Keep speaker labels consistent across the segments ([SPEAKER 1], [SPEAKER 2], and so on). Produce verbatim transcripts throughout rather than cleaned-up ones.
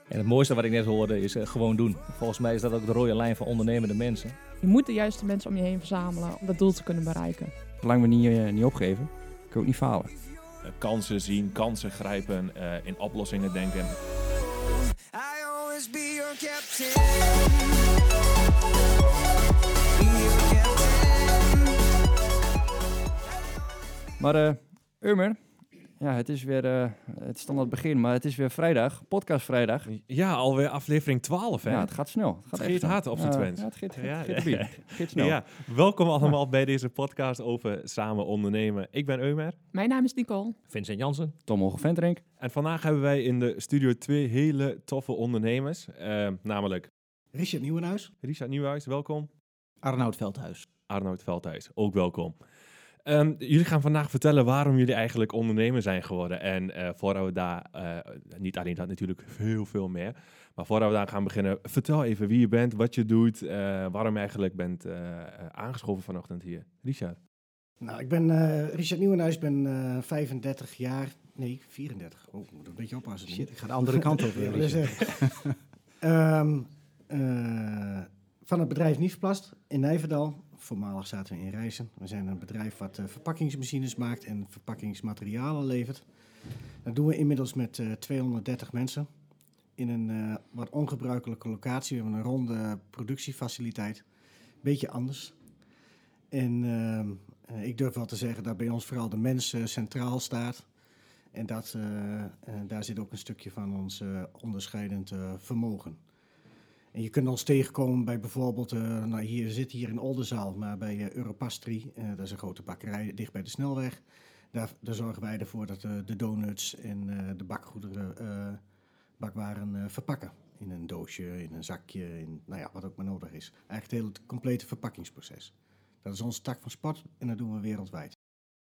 [SPEAKER 1] En het mooiste wat ik net hoorde is uh, gewoon doen. Volgens mij is dat ook de rode lijn van ondernemende mensen.
[SPEAKER 2] Je moet de juiste mensen om je heen verzamelen om dat doel te kunnen bereiken.
[SPEAKER 3] Zolang we niet, uh, niet opgeven, kun je ook niet falen.
[SPEAKER 4] Uh, kansen zien, kansen grijpen, uh, in oplossingen denken.
[SPEAKER 3] Maar uh, Ömer, ja, het is weer, uh, het is dan het begin, maar het is weer vrijdag, podcast vrijdag.
[SPEAKER 4] Ja, alweer aflevering twaalf, hè?
[SPEAKER 3] Ja, het gaat snel. Het gaat
[SPEAKER 4] het gaat hard op zijn
[SPEAKER 3] uh,
[SPEAKER 4] twins.
[SPEAKER 3] Ja, het gaat,
[SPEAKER 4] ja,
[SPEAKER 3] gaat,
[SPEAKER 4] ja,
[SPEAKER 3] gaat, gaat snel.
[SPEAKER 4] Ja, welkom allemaal ja. bij deze podcast over samen ondernemen. Ik ben Ömer.
[SPEAKER 2] Mijn naam is Nicole.
[SPEAKER 1] Vincent Jansen.
[SPEAKER 3] Tom Hoge-Venterink.
[SPEAKER 4] En vandaag hebben wij in de studio twee hele toffe ondernemers. Uh, namelijk...
[SPEAKER 5] Richard Nieuwenhuis.
[SPEAKER 4] Richard Nieuwenhuis, welkom.
[SPEAKER 5] Arnoud Veldhuis.
[SPEAKER 4] Arnoud Veldhuis, ook welkom. Um, jullie gaan vandaag vertellen waarom jullie eigenlijk ondernemer zijn geworden. En uh, voordat we daar, uh, niet alleen dat natuurlijk, veel, veel meer. Maar voordat we daar gaan beginnen, vertel even wie je bent, wat je doet, uh, waarom je eigenlijk bent uh, aangeschoven vanochtend hier. Richard.
[SPEAKER 5] Nou, ik ben uh, Richard Nieuwenhuis, ben uh, vijfendertig jaar, nee, vierendertig. Oh, ik moet een beetje oppassen.
[SPEAKER 6] Shit, ik ga de andere kant op weer.
[SPEAKER 5] um, uh, van het bedrijf Nieuwsplast in Nijverdal. Voormalig zaten we in Rijssen. We zijn een bedrijf wat uh, verpakkingsmachines maakt en verpakkingsmaterialen levert. Dat doen we inmiddels met uh, tweehonderddertig mensen in een uh, wat ongebruikelijke locatie. We hebben een ronde productiefaciliteit. Beetje anders. En uh, uh, ik durf wel te zeggen dat bij ons vooral de mens uh, centraal staat. En dat, uh, uh, daar zit ook een stukje van ons uh, onderscheidend uh, vermogen. En je kunt ons tegenkomen bij bijvoorbeeld, uh, nou hier zit hier in Oldenzaal, maar bij uh, Europastry, uh, dat is een grote bakkerij dicht bij de snelweg. Daar, daar zorgen wij ervoor dat uh, de donuts en uh, de bakgoederen, uh, bakwaren uh, verpakken. In een doosje, in een zakje, in nou ja, wat ook maar nodig is. Eigenlijk het hele complete verpakkingsproces. Dat is onze tak van sport en dat doen we wereldwijd.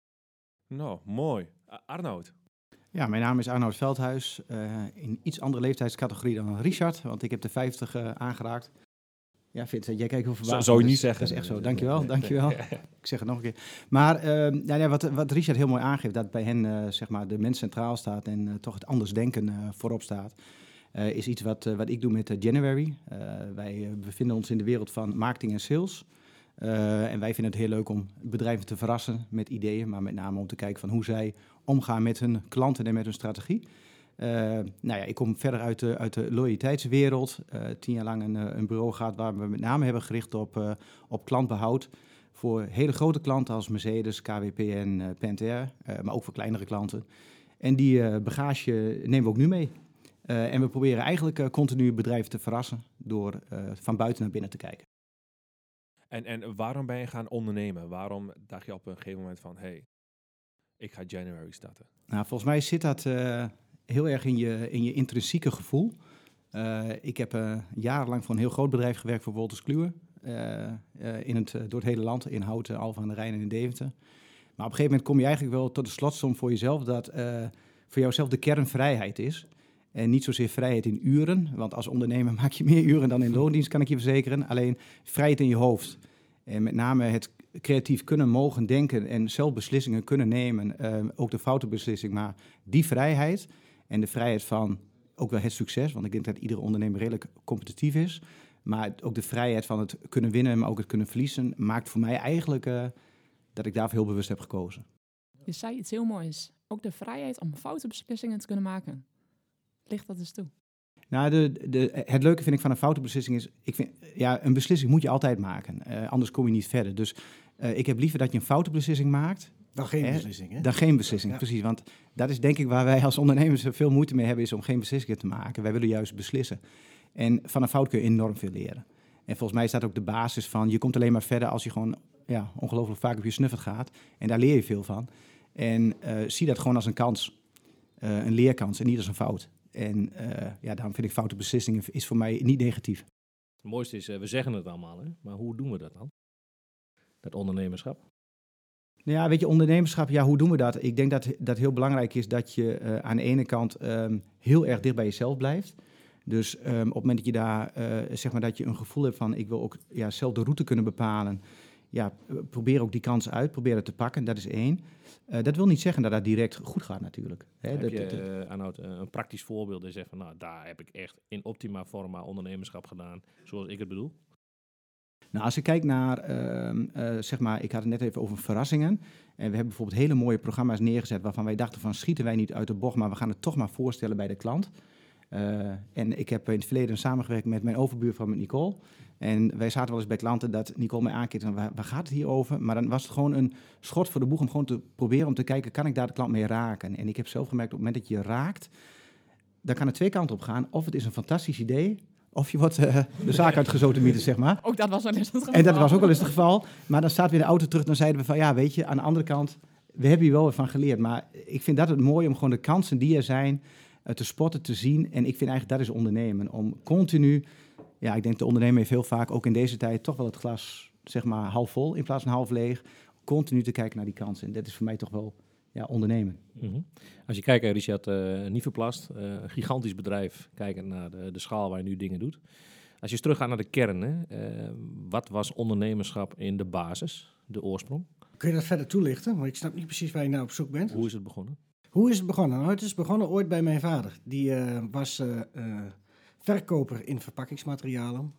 [SPEAKER 4] Nou, mooi. Uh, Arnoud.
[SPEAKER 6] Ja, mijn naam is Arnoud Veldhuis. Uh, in iets andere leeftijdscategorie dan Richard, want ik heb de vijftig uh, aangeraakt. Ja, Vincent, jij kijkt heel verbaasd.
[SPEAKER 4] Zou je niet zeggen.
[SPEAKER 6] Dat is echt zo. Dankjewel, dankjewel. Ik zeg het nog een keer. Maar uh, ja, ja, wat, wat Richard heel mooi aangeeft, dat bij hen uh, zeg maar de mens centraal staat en uh, toch het anders denken uh, voorop staat, uh, is iets wat, uh, wat ik doe met uh, January. Uh, wij uh, bevinden ons in de wereld van marketing en sales. Uh, en wij vinden het heel leuk om bedrijven te verrassen met ideeën, maar met name om te kijken van hoe zij omgaan met hun klanten en met hun strategie. Uh, nou ja, ik kom verder uit de, uit de loyaliteitswereld. Uh, tien jaar lang een, een bureau gehad waar we met name hebben gericht op, uh, op klantbehoud. Voor hele grote klanten als Mercedes, K W P en uh, Pentair, uh, maar ook voor kleinere klanten. En die uh, bagage nemen we ook nu mee. Uh, en we proberen eigenlijk uh, continu bedrijven te verrassen door uh, van buiten naar binnen te kijken.
[SPEAKER 4] En, en waarom ben je gaan ondernemen? Waarom dacht je op een gegeven moment van, hey, ik ga January starten?
[SPEAKER 6] Nou, volgens mij zit dat uh, heel erg in je, in je intrinsieke gevoel. Uh, ik heb uh, jarenlang voor een heel groot bedrijf gewerkt voor Wolters Kluwer. Uh, uh, in het, door het hele land, in Houten, Alphen aan de Rijn en in Deventer. Maar op een gegeven moment kom je eigenlijk wel tot de slotsom voor jezelf dat uh, voor jouzelf de kern vrijheid is. En niet zozeer vrijheid in uren, want als ondernemer maak je meer uren dan in loondienst, kan ik je verzekeren. Alleen vrijheid in je hoofd. En met name het creatief kunnen mogen denken en zelf beslissingen kunnen nemen. Uh, ook de foute beslissing, maar die vrijheid en de vrijheid van ook wel het succes. Want ik denk dat iedere ondernemer redelijk competitief is. Maar ook de vrijheid van het kunnen winnen, maar ook het kunnen verliezen, maakt voor mij eigenlijk uh, dat ik daarvoor heel bewust heb gekozen.
[SPEAKER 2] Je zei iets heel moois. Ook de vrijheid om foute beslissingen te kunnen maken. Ligt dat dus toe?
[SPEAKER 6] Nou, de, de, het leuke vind ik van een foute beslissing is, ik vind, ja, een beslissing moet je altijd maken. Uh, anders kom je niet verder. Dus uh, ik heb liever dat je een foute beslissing maakt.
[SPEAKER 5] Dan geen
[SPEAKER 6] hè,
[SPEAKER 5] beslissing, hè?
[SPEAKER 6] Dan geen beslissing,
[SPEAKER 5] ja.
[SPEAKER 6] Precies. Want dat is denk ik waar wij als ondernemers veel moeite mee hebben, is om geen beslissingen te maken. Wij willen juist beslissen. En van een fout kun je enorm veel leren. En volgens mij is dat ook de basis van, je komt alleen maar verder als je gewoon ja, ongelooflijk vaak op je snuffert gaat. En daar leer je veel van. En uh, zie dat gewoon als een kans, uh, een leerkans en niet als een fout. En uh, ja, daarom vind ik foute beslissingen is voor mij niet negatief.
[SPEAKER 1] Het mooiste is, uh, we zeggen het allemaal, hè? Maar hoe doen we dat dan? Dat ondernemerschap?
[SPEAKER 6] Nou ja, weet je, ondernemerschap, ja, hoe doen we dat? Ik denk dat dat heel belangrijk is dat je uh, aan de ene kant um, heel erg dicht bij jezelf blijft. Dus um, op het moment dat je daar, uh, zeg maar, dat je een gevoel hebt van, ik wil ook ja, zelf de route kunnen bepalen. ja, probeer ook die kans uit, probeer het te pakken, dat is één. Uh, dat wil niet zeggen dat dat direct goed gaat natuurlijk. Hè,
[SPEAKER 1] Heb
[SPEAKER 6] dat,
[SPEAKER 1] je,
[SPEAKER 6] dat, dat,
[SPEAKER 1] uh, Arnoud, uh, een praktisch voorbeeld en zegt van, nou, daar heb ik echt in optima forma ondernemerschap gedaan, zoals ik het bedoel?
[SPEAKER 6] Nou, als ik kijk naar, uh, uh, zeg maar, ik had het net even over verrassingen. En we hebben bijvoorbeeld hele mooie programma's neergezet waarvan wij dachten van, schieten wij niet uit de bocht, maar we gaan het toch maar voorstellen bij de klant. Uh, en ik heb in het verleden samengewerkt met mijn overbuurvrouw, met Nicole. En wij zaten wel eens bij klanten dat Nicole mij aankeek van, waar, waar gaat het hier over? Maar dan was het gewoon een schot voor de boeg om gewoon te proberen om te kijken, kan ik daar de klant mee raken? En ik heb zelf gemerkt, op het moment dat je raakt, dan kan er twee kanten op gaan. Of het is een fantastisch idee, of je wordt uh, de zaak uitgezoten mieten, zeg maar.
[SPEAKER 2] Ook dat was wel eens het geval.
[SPEAKER 6] En dat was ook wel eens het geval. Maar dan staat weer de auto terug, dan zeiden we van, ja, weet je, aan de andere kant, we hebben hier wel weer van geleerd. Maar ik vind dat het mooi om gewoon de kansen die er zijn, uh, te spotten, te zien. En ik vind eigenlijk, dat is ondernemen. Om continu, ja, ik denk de ondernemer heeft heel vaak, ook in deze tijd, toch wel het glas, zeg maar, half vol in plaats van half leeg. Continu te kijken naar die kansen. En dat is voor mij toch wel, ja, ondernemen.
[SPEAKER 1] Mm-hmm. Als je kijkt, Richard, uh, Nieuweplast, uh, een gigantisch bedrijf, kijkend naar de, de schaal waar je nu dingen doet. Als je eens teruggaat naar de kern, hè, uh, wat was ondernemerschap in de basis, de oorsprong?
[SPEAKER 5] Kun je dat verder toelichten? Want ik snap niet precies waar je nou op zoek bent.
[SPEAKER 1] Hoe is het begonnen?
[SPEAKER 5] Hoe is het begonnen? Nou, het is begonnen ooit bij mijn vader. Die uh, was uh, uh, verkoper in verpakkingsmaterialen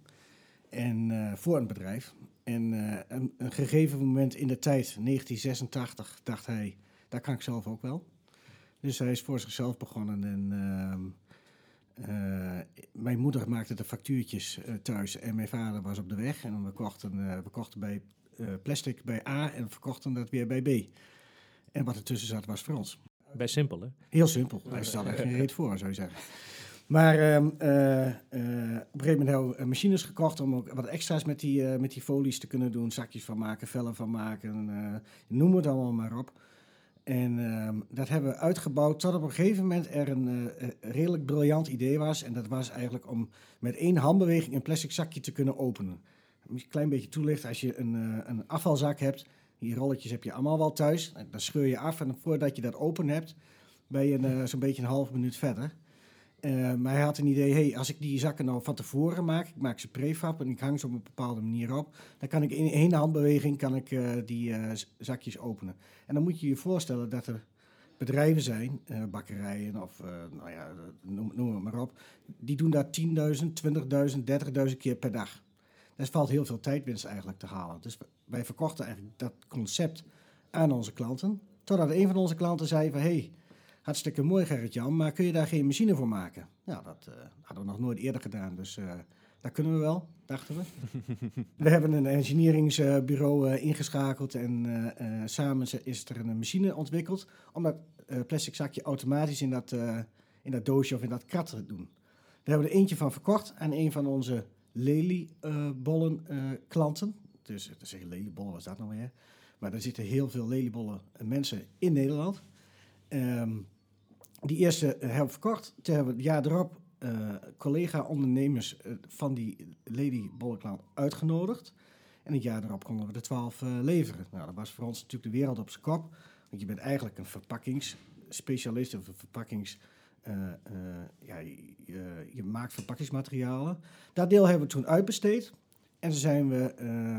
[SPEAKER 5] en uh, voor een bedrijf. En uh, een, een gegeven moment in de tijd, negentien zesentachtig, dacht hij, dat kan ik zelf ook wel. Dus hij is voor zichzelf begonnen en uh, uh, mijn moeder maakte de factuurtjes uh, thuis en mijn vader was op de weg. En we kochten, uh, we kochten bij uh, plastic bij A en verkochten dat weer bij B. En wat ertussen zat was voor ons.
[SPEAKER 1] Best simpel, hè?
[SPEAKER 5] Heel simpel. Hij stelt er geen reet voor, zou je zeggen. Maar uh, uh, uh, op een gegeven moment hebben we machines gekocht om ook wat extra's met die, uh, met die folies te kunnen doen. Zakjes van maken, vellen van maken, uh, noem het allemaal maar op. En uh, dat hebben we uitgebouwd tot op een gegeven moment er een uh, redelijk briljant idee was. En dat was eigenlijk om met één handbeweging een plastic zakje te kunnen openen. Moet je een klein beetje toelichten. Als je een, uh, een afvalzak hebt, die rolletjes heb je allemaal wel thuis. Dan scheur je af en voordat je dat open hebt, ben je uh, zo'n beetje een half minuut verder. Uh, maar hij had een idee, hey, als ik die zakken nou van tevoren maak, ik maak ze prefab en ik hang ze op een bepaalde manier op, dan kan ik in één handbeweging kan ik, uh, die uh, zakjes openen. En dan moet je je voorstellen dat er bedrijven zijn, uh, bakkerijen of uh, nou ja, noem, noem het maar op, die doen dat tienduizend, twintigduizend, dertigduizend keer per dag. Dat valt heel veel tijdwinst eigenlijk te halen. Dus wij verkochten eigenlijk dat concept aan onze klanten, totdat een van onze klanten zei van, hey, hartstikke mooi Gerrit-Jan, maar kun je daar geen machine voor maken? Nou, dat uh, hadden we nog nooit eerder gedaan, dus uh, dat kunnen we wel, dachten we. We hebben een engineeringsbureau uh, ingeschakeld en uh, uh, samen is er een machine ontwikkeld om dat uh, plastic zakje automatisch in dat, uh, in dat doosje of in dat krat te doen. Daar hebben we er eentje van verkocht aan een van onze leliebollen uh, uh, klanten. Dus dan zeg je leliebollen, wat is dat nou weer? Maar er zitten heel veel leliebollen uh, mensen in Nederland. Um, die eerste uh, hebben we verkocht. Toen hebben we het jaar erop uh, collega-ondernemers uh, van die leliebollenklant uitgenodigd. En het jaar erop konden we de twaalf uh, leveren. Nou, dat was voor ons natuurlijk de wereld op zijn kop. Want je bent eigenlijk een verpakkingsspecialist of een verpakkings... Uh, uh, ja, je, je, je maakt verpakkingsmaterialen. Dat deel hebben we toen uitbesteed. En toen zijn we, uh,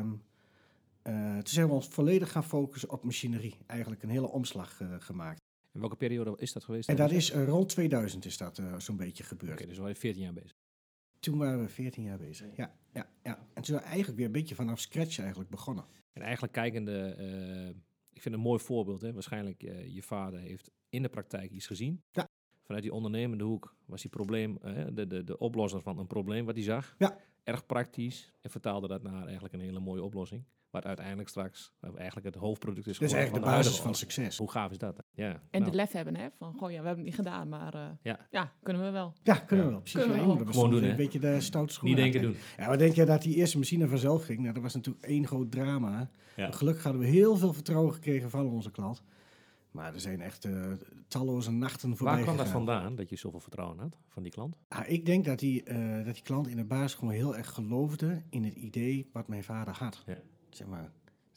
[SPEAKER 5] uh, toen zijn we ons volledig gaan focussen op machinerie. Eigenlijk een hele omslag uh, gemaakt.
[SPEAKER 1] In welke periode is dat geweest?
[SPEAKER 5] En dat is uh, rond tweeduizend is dat uh, zo'n beetje gebeurd.
[SPEAKER 1] Oké, okay, dus we waren veertien jaar bezig.
[SPEAKER 5] Toen waren we veertien jaar bezig, ja. ja, ja. En toen zijn we eigenlijk weer een beetje vanaf scratch eigenlijk begonnen.
[SPEAKER 1] En eigenlijk kijkende, uh, ik vind het een mooi voorbeeld. Hè? Waarschijnlijk uh, je vader heeft in de praktijk iets gezien. Ja. Vanuit die ondernemende hoek was die probleem, uh, de, de, de oplosser van een probleem wat hij zag. Ja. Erg praktisch. En vertaalde dat naar eigenlijk een hele mooie oplossing. Wat uiteindelijk straks eigenlijk het hoofdproduct is geworden.
[SPEAKER 5] Dat is eigenlijk de, de basis van succes.
[SPEAKER 1] Hoe gaaf is dat? Hè? Ja,
[SPEAKER 2] en
[SPEAKER 1] nou.
[SPEAKER 2] de lef hebben, hè? Van, goh, ja, we hebben het niet gedaan, maar uh, ja. ja, kunnen we wel.
[SPEAKER 5] Ja, kunnen we wel. Precies.
[SPEAKER 2] Kunnen we
[SPEAKER 5] wel.
[SPEAKER 2] wel.
[SPEAKER 5] Dat
[SPEAKER 1] Gewoon doen,
[SPEAKER 5] een
[SPEAKER 1] hè?
[SPEAKER 5] beetje de stoute schoenen.
[SPEAKER 1] Niet denken doen.
[SPEAKER 5] Ja, maar denk je dat die eerste machine vanzelf ging? Nou, dat was natuurlijk één groot drama. Ja. Gelukkig hadden we heel veel vertrouwen gekregen van onze klant. Maar er zijn echt uh, talloze nachten voorbij
[SPEAKER 1] Waar kwam
[SPEAKER 5] gegaan.
[SPEAKER 1] dat vandaan, dat je zoveel vertrouwen had van die klant?
[SPEAKER 5] Ah, ik denk dat die, uh, dat die klant in de basis gewoon heel erg geloofde in het idee wat mijn vader had. Ja. Zeg maar,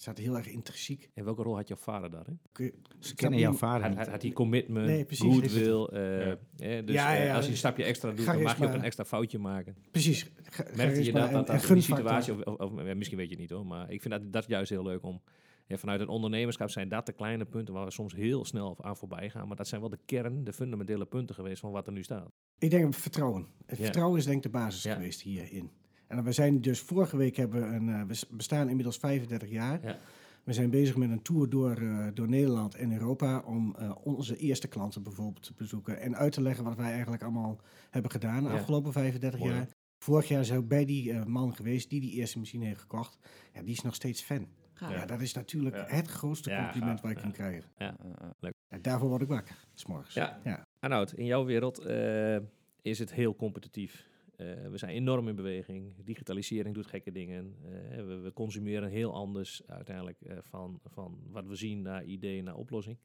[SPEAKER 5] staat heel erg intrinsiek.
[SPEAKER 1] En welke rol had jouw vader daarin?
[SPEAKER 6] Ze kennen jouw vader
[SPEAKER 1] Had,
[SPEAKER 6] niet.
[SPEAKER 1] had, had hij commitment,
[SPEAKER 5] Nee, precies.
[SPEAKER 1] goodwill. eh,
[SPEAKER 4] Ja.
[SPEAKER 1] eh, dus
[SPEAKER 5] Ja, ja,
[SPEAKER 1] eh,
[SPEAKER 5] ja.
[SPEAKER 1] als je een stapje extra doet, dan mag je ook
[SPEAKER 5] Charisma.
[SPEAKER 1] een extra foutje maken.
[SPEAKER 5] Precies. Ga-
[SPEAKER 1] Merkte je
[SPEAKER 5] charisma
[SPEAKER 1] dat,
[SPEAKER 5] en-
[SPEAKER 1] dat,
[SPEAKER 5] en
[SPEAKER 1] dat in die
[SPEAKER 5] gunfactor.
[SPEAKER 1] situatie, of, of, of, ja, misschien weet je het niet hoor, maar ik vind dat, dat juist heel leuk om... Ja, vanuit het ondernemerschap zijn dat de kleine punten waar we soms heel snel aan voorbij gaan. Maar dat zijn wel de kern, de fundamentele punten geweest van wat er nu staat.
[SPEAKER 5] Ik denk vertrouwen. Het
[SPEAKER 1] Ja.
[SPEAKER 5] vertrouwen is denk ik de basis
[SPEAKER 1] Ja.
[SPEAKER 5] geweest hierin. En we zijn dus vorige week hebben we een, uh, we s- bestaan inmiddels vijfendertig jaar.
[SPEAKER 1] Ja.
[SPEAKER 5] We zijn bezig met een tour door, uh, door Nederland en Europa om uh, onze eerste klanten bijvoorbeeld te bezoeken en uit te leggen wat wij eigenlijk allemaal hebben gedaan de
[SPEAKER 1] Ja.
[SPEAKER 5] afgelopen vijfendertig
[SPEAKER 1] Mooi.
[SPEAKER 5] jaar. Vorig jaar is ook bij die uh, man geweest die die eerste machine heeft gekocht. Ja, die is nog steeds fan.
[SPEAKER 2] Gaaf.
[SPEAKER 5] Ja, dat is natuurlijk
[SPEAKER 4] Ja.
[SPEAKER 5] het grootste
[SPEAKER 1] Ja,
[SPEAKER 5] compliment
[SPEAKER 1] gaaf.
[SPEAKER 5] waar je
[SPEAKER 1] Ja.
[SPEAKER 5] kan krijgen.
[SPEAKER 1] Ja.
[SPEAKER 5] En daarvoor word ik wakker, 's morgens.
[SPEAKER 1] Ja.
[SPEAKER 5] Ja.
[SPEAKER 1] Arnoud, in jouw wereld eh, is het heel competitief. Eh, we zijn enorm in beweging. Digitalisering doet gekke dingen. Eh, we, we consumeren heel anders uiteindelijk eh, van, van wat we zien naar idee, naar oplossing.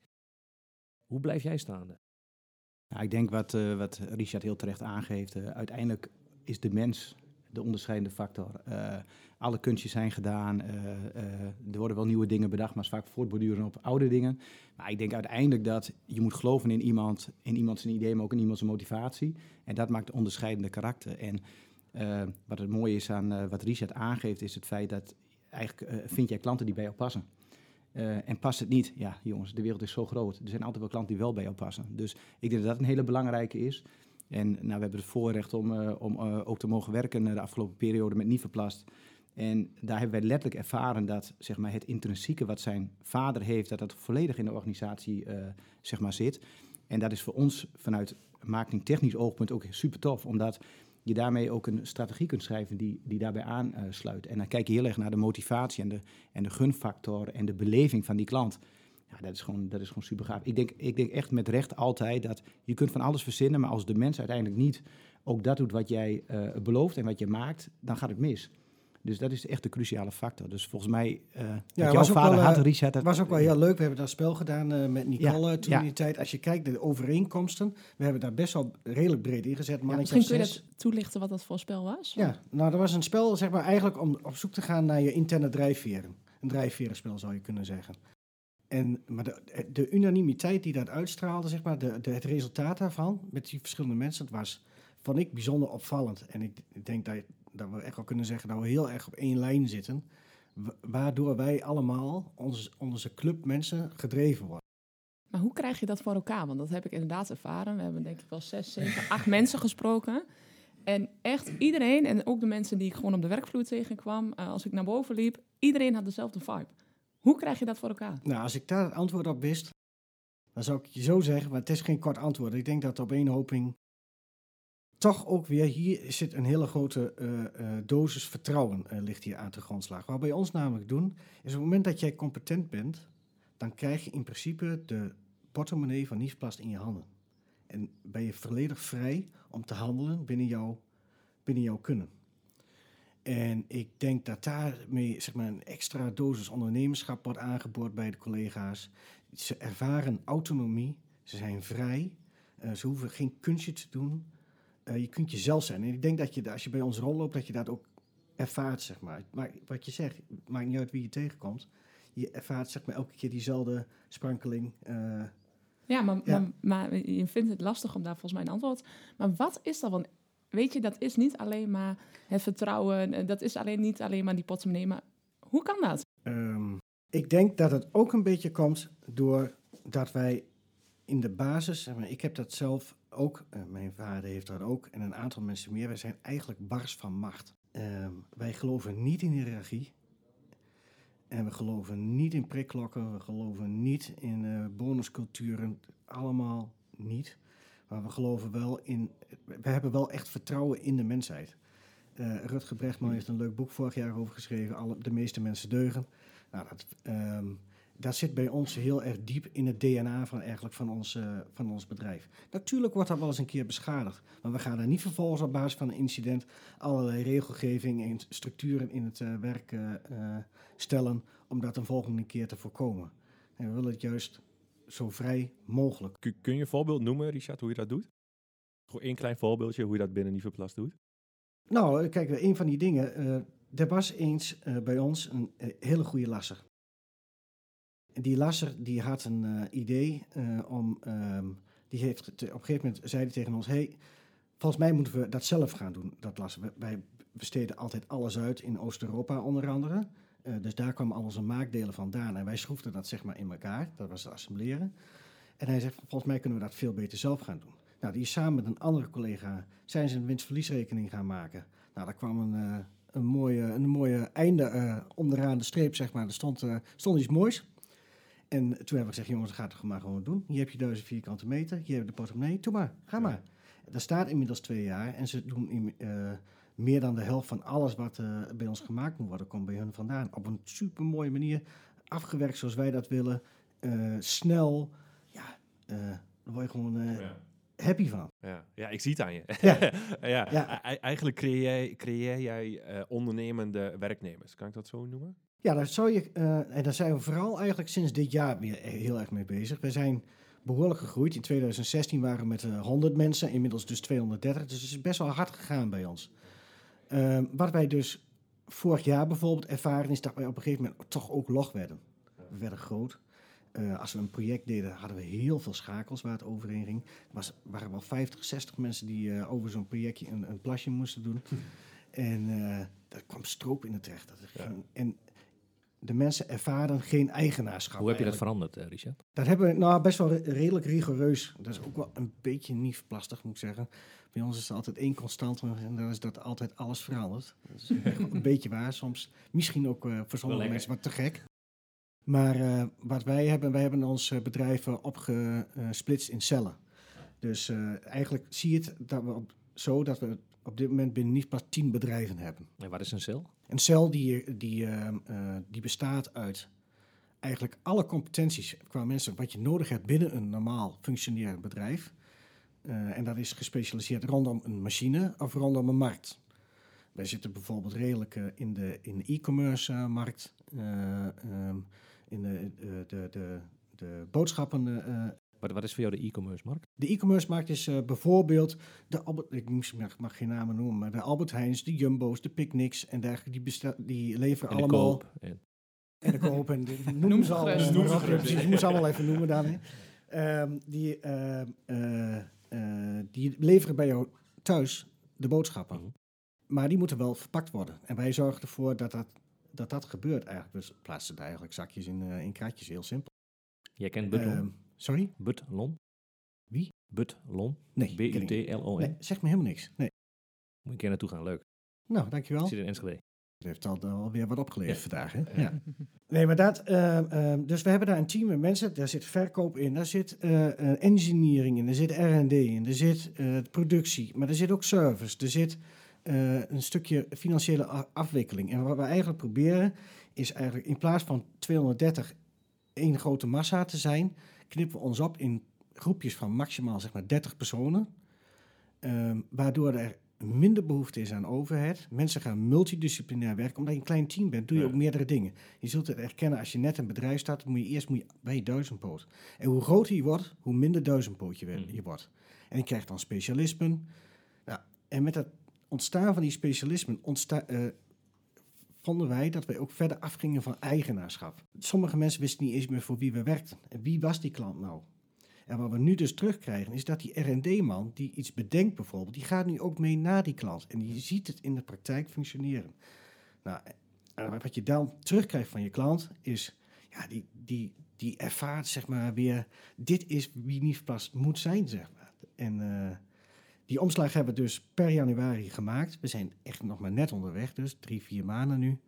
[SPEAKER 1] Hoe blijf jij staande?
[SPEAKER 6] Nou, ik denk wat, uh, wat Richard heel terecht aangeeft. Uh, uiteindelijk is de mens de onderscheidende factor. Uh, alle kunstjes zijn gedaan. Uh, uh, er worden wel nieuwe dingen bedacht, maar het is vaak voortborduren op oude dingen. Maar ik denk uiteindelijk dat je moet geloven in iemand, in iemand zijn idee, maar ook in iemand zijn motivatie. En dat maakt de onderscheidende karakter. En uh, wat het mooie is aan uh, wat Richard aangeeft, is het feit dat eigenlijk uh, vind jij klanten die bij jou passen. Uh, en past het niet? Ja, jongens, de wereld is zo groot. Er zijn altijd wel klanten die wel bij jou passen. Dus ik denk dat dat een hele belangrijke is. En nou, we hebben het voorrecht om, uh, om uh, ook te mogen werken uh, de afgelopen periode met Niveplast. En daar hebben wij letterlijk ervaren dat zeg maar, het intrinsieke wat zijn vader heeft, dat dat volledig in de organisatie uh, zeg maar, zit. En dat is voor ons vanuit marketingtechnisch oogpunt ook super tof, omdat je daarmee ook een strategie kunt schrijven die, die daarbij aansluit. En dan kijk je heel erg naar de motivatie en de, en de gunfactor en de beleving van die klant. Ja, dat is gewoon, dat is gewoon super gaaf. Ik denk, ik denk echt met recht altijd dat je kunt van alles verzinnen, maar als de mens uiteindelijk niet ook dat doet wat jij uh, belooft en wat je maakt, dan gaat het mis. Dus dat is echt de cruciale factor. Dus volgens mij, uh, ja, jouw
[SPEAKER 5] was ook
[SPEAKER 6] vader
[SPEAKER 5] wel, uh,
[SPEAKER 6] had, Richard...
[SPEAKER 5] Het was ook wel heel leuk. We hebben dat spel gedaan uh, met Nicole
[SPEAKER 6] Ja,
[SPEAKER 5] toen
[SPEAKER 6] ja.
[SPEAKER 5] in die tijd. Als je kijkt naar de overeenkomsten, we hebben daar best wel redelijk breed ingezet.
[SPEAKER 2] Ja,
[SPEAKER 5] Mannetje
[SPEAKER 2] misschien kun
[SPEAKER 5] of
[SPEAKER 2] je
[SPEAKER 5] zes.
[SPEAKER 2] dat toelichten wat dat voor spel was?
[SPEAKER 5] Ja, nou dat was een spel zeg maar eigenlijk om op zoek te gaan naar je interne drijfveren. Een drijfverenspel zou je kunnen zeggen. En, maar de, de unanimiteit die dat uitstraalde, zeg maar, de, de, het resultaat daarvan met die verschillende mensen, het was, vond ik bijzonder opvallend. En ik, ik denk dat, dat we echt wel kunnen zeggen dat we heel erg op één lijn zitten, wa- waardoor wij allemaal, onze, onze club mensen, gedreven worden.
[SPEAKER 2] Maar hoe krijg je dat voor elkaar? Want dat heb ik inderdaad ervaren. We hebben denk ik wel zes, zeven, acht mensen gesproken. En echt iedereen, en ook de mensen die ik gewoon op de werkvloer tegenkwam, uh, als ik naar boven liep, iedereen had dezelfde vibe. Hoe krijg je dat voor elkaar?
[SPEAKER 5] Nou, als ik daar het antwoord op wist, dan zou ik je zo zeggen, maar het is geen kort antwoord. Ik denk dat de opeenhoping toch ook weer, hier zit een hele grote uh, uh, dosis vertrouwen uh, ligt hier aan de grondslag. Wat wij ons namelijk doen, is op het moment dat jij competent bent, dan krijg je in principe de portemonnee van Niveplast in je handen. En ben je volledig vrij om te handelen binnen jouw, binnen jouw kunnen. En ik denk dat daarmee zeg maar, een extra dosis ondernemerschap wordt aangeboord bij de collega's. Ze ervaren autonomie, ze zijn vrij, uh, ze hoeven geen kunstje te doen. Uh, je kunt jezelf zijn. En ik denk dat je, als je bij ons rondloopt, dat je dat ook ervaart, zeg maar. Maar wat je zegt, het maakt niet uit wie je tegenkomt. Je ervaart zeg maar, elke keer diezelfde sprankeling. Uh,
[SPEAKER 2] Ja, maar,
[SPEAKER 5] Ja.
[SPEAKER 2] Maar, maar je vindt het lastig om daar volgens mij een antwoord. Maar wat is dat? Want weet je, dat is niet alleen maar het vertrouwen. Dat is alleen niet alleen maar die portemonnee. Maar hoe kan dat?
[SPEAKER 5] Um, ik denk dat het ook een beetje komt doordat wij in de basis, zeg maar, ik heb dat zelf ook, uh, mijn vader heeft dat ook en een aantal mensen meer. Wij zijn eigenlijk bars van macht. Um, wij geloven niet in hiërarchie. En we geloven niet in prikklokken, we geloven niet in uh, bonusculturen, allemaal niet. Maar we geloven wel in, we hebben wel echt vertrouwen in de mensheid. Uh, Rutger Bregman heeft een leuk boek vorig jaar over geschreven, alle, De meeste mensen deugen. Nou, dat, um, dat zit bij ons heel erg diep in het D N A van, eigenlijk van, ons, uh, van ons bedrijf. Natuurlijk wordt dat wel eens een keer beschadigd. Maar we gaan daar niet vervolgens op basis van een incident allerlei regelgeving en structuren in het uh, werk uh, uh, stellen om dat een volgende keer te voorkomen. En we willen het juist zo vrij mogelijk.
[SPEAKER 4] Kun, kun je een voorbeeld noemen, Richard, hoe je dat doet? Gewoon één klein voorbeeldje hoe je dat binnen Niveplast doet.
[SPEAKER 5] Nou, kijk, een van die dingen. Uh, er was eens uh, bij ons een uh, hele goede lasser. die lasser die had een uh, idee uh, om... Um, die heeft te, op een gegeven moment zei hij tegen ons... Hey, volgens mij moeten we dat zelf gaan doen, dat lasser. Wij besteden altijd alles uit in Oost-Europa onder andere. Uh, dus daar kwamen al onze maakdelen vandaan. En wij schroefden dat zeg maar in elkaar. Dat was het assembleren. En hij zegt, volgens mij kunnen we dat veel beter zelf gaan doen. Nou, die is samen met een andere collega... zijn ze een winstverliesrekening gaan maken. Nou, daar kwam een, uh, een, mooie, een mooie einde uh, onderaan de streep, zeg maar. Er stond, uh, stond iets moois. En toen hebben we gezegd, jongens, dat gaat het maar gewoon doen. Hier heb je duizend vierkante meter, hier heb je de portemonnee, doe maar, ga maar. Dat staat inmiddels twee jaar en ze doen in, uh, meer dan de helft van alles wat uh, bij ons gemaakt moet worden, komt bij hun vandaan. Op een super mooie manier, afgewerkt zoals wij dat willen, uh, snel, ja, uh, daar word je gewoon uh, ja. happy van.
[SPEAKER 4] Ja. ja, ik zie het aan je.
[SPEAKER 5] Ja.
[SPEAKER 4] ja.
[SPEAKER 5] Ja.
[SPEAKER 4] E- eigenlijk creëer, creëer jij uh, ondernemende werknemers, kan ik dat zo noemen?
[SPEAKER 5] Ja, daar zou je, uh, en daar zijn we vooral eigenlijk sinds dit jaar weer heel erg mee bezig. We zijn behoorlijk gegroeid. In twintig zestien waren we met uh, honderd mensen, inmiddels dus tweehonderddertig. Dus het is best wel hard gegaan bij ons. Uh, wat wij dus vorig jaar bijvoorbeeld ervaren is dat wij op een gegeven moment toch ook log werden. We werden groot. Uh, als we een project deden, hadden we heel veel schakels waar het overheen ging. Er was, waren wel vijftig, zestig mensen die uh, over zo'n projectje een, een plasje moesten doen. Hm. En uh, daar kwam stroop in het terecht. Dat ging, ja. En de mensen ervaren geen eigenaarschap.
[SPEAKER 1] Hoe heb je
[SPEAKER 5] eigenlijk.
[SPEAKER 1] dat veranderd, uh, Richard?
[SPEAKER 5] Dat hebben we nou, best wel re- redelijk rigoureus. Dat is ook wel een beetje niefplastig, moet ik zeggen. Bij ons is er altijd één constante en dat is dat altijd alles verandert. Dat is een beetje waar soms. Misschien ook uh, voor sommige mensen wat te gek. Maar uh, wat wij hebben, wij hebben ons uh, bedrijf uh, opgesplitst in cellen. Dus uh, eigenlijk zie je het dat we op, zo dat we op dit moment binnen niet pas tien bedrijven hebben.
[SPEAKER 1] En wat is een cel?
[SPEAKER 5] Een cel die, die, uh, uh, die bestaat uit eigenlijk alle competenties qua mensen wat je nodig hebt binnen een normaal functionerend bedrijf. Uh, en dat is gespecialiseerd rondom een machine of rondom een markt. Wij zitten bijvoorbeeld redelijk uh, in de in de e-commerce uh, markt, uh, um, in de, de, de, de, de boodschappen. Uh,
[SPEAKER 1] Wat, wat is voor jou de e-commerce markt?
[SPEAKER 5] De e-commerce markt is uh, bijvoorbeeld, de Albert, ik mag, mag geen namen noemen, maar de Albert Heijns, de Jumbo's, de Picnics en dergelijke, die, besta- die leveren
[SPEAKER 1] En de
[SPEAKER 5] allemaal...
[SPEAKER 1] Koop. En...
[SPEAKER 5] En de Koop, en de, noem ze allemaal.
[SPEAKER 2] Noem
[SPEAKER 5] Noem ze precies, je moet ze allemaal even noemen dan. Um, die, uh, uh, uh, die leveren bij jou thuis de boodschappen. Mm-hmm. Maar die moeten wel verpakt worden. En wij zorgen ervoor dat dat, dat, dat gebeurt eigenlijk. Dus plaatsen er eigenlijk zakjes in, uh, in kratjes, heel simpel.
[SPEAKER 1] Jij kent Butlon?
[SPEAKER 5] Um, sorry?
[SPEAKER 1] Butlon?
[SPEAKER 5] Wie?
[SPEAKER 1] Butlon?
[SPEAKER 5] Nee.
[SPEAKER 1] B U T L O N?
[SPEAKER 5] Nee, zeg me helemaal niks. Nee.
[SPEAKER 1] Moet je een keer naartoe gaan, leuk.
[SPEAKER 5] Nou, dankjewel.
[SPEAKER 1] Ik zit in Enschede.
[SPEAKER 5] Dat heeft al, al weer wat opgeleverd
[SPEAKER 1] ja.
[SPEAKER 5] vandaag. Hè? Ja. Nee, maar dat... Uh, uh, dus we hebben daar een team met mensen. Daar zit verkoop in, daar zit uh, uh, engineering in, er zit R en D in, er zit uh, productie, maar er zit ook service, er zit uh, een stukje financiële afwikkeling. En wat we eigenlijk proberen is eigenlijk in plaats van tweehonderddertig één grote massa te zijn, knippen we ons op in groepjes van maximaal zeg maar dertig personen, uh, waardoor er minder behoefte is aan overhead. Mensen gaan multidisciplinair werken. Omdat je een klein team bent, doe je ja. ook meerdere dingen. Je zult het erkennen als je net een bedrijf start, moet je eerst moet je bij je duizendpoot. En hoe groter je wordt, hoe minder duizendpoot je, mm. je wordt. En je krijgt dan specialismen. Nou, en met het ontstaan van die specialismen ontsta- uh, vonden wij dat wij ook verder afgingen van eigenaarschap. Sommige mensen wisten niet eens meer voor wie we werkten. En wie was die klant nou? En wat we nu dus terugkrijgen is dat die R en D-man die iets bedenkt bijvoorbeeld, die gaat nu ook mee naar die klant. En die ziet het in de praktijk functioneren. Nou, wat je dan terugkrijgt van je klant is, ja, die, die, die ervaart zeg maar weer, dit is wie Niefplas moet zijn, zeg maar. En uh, die omslag hebben we dus per januari gemaakt. We zijn echt nog maar net onderweg, dus drie, vier maanden nu.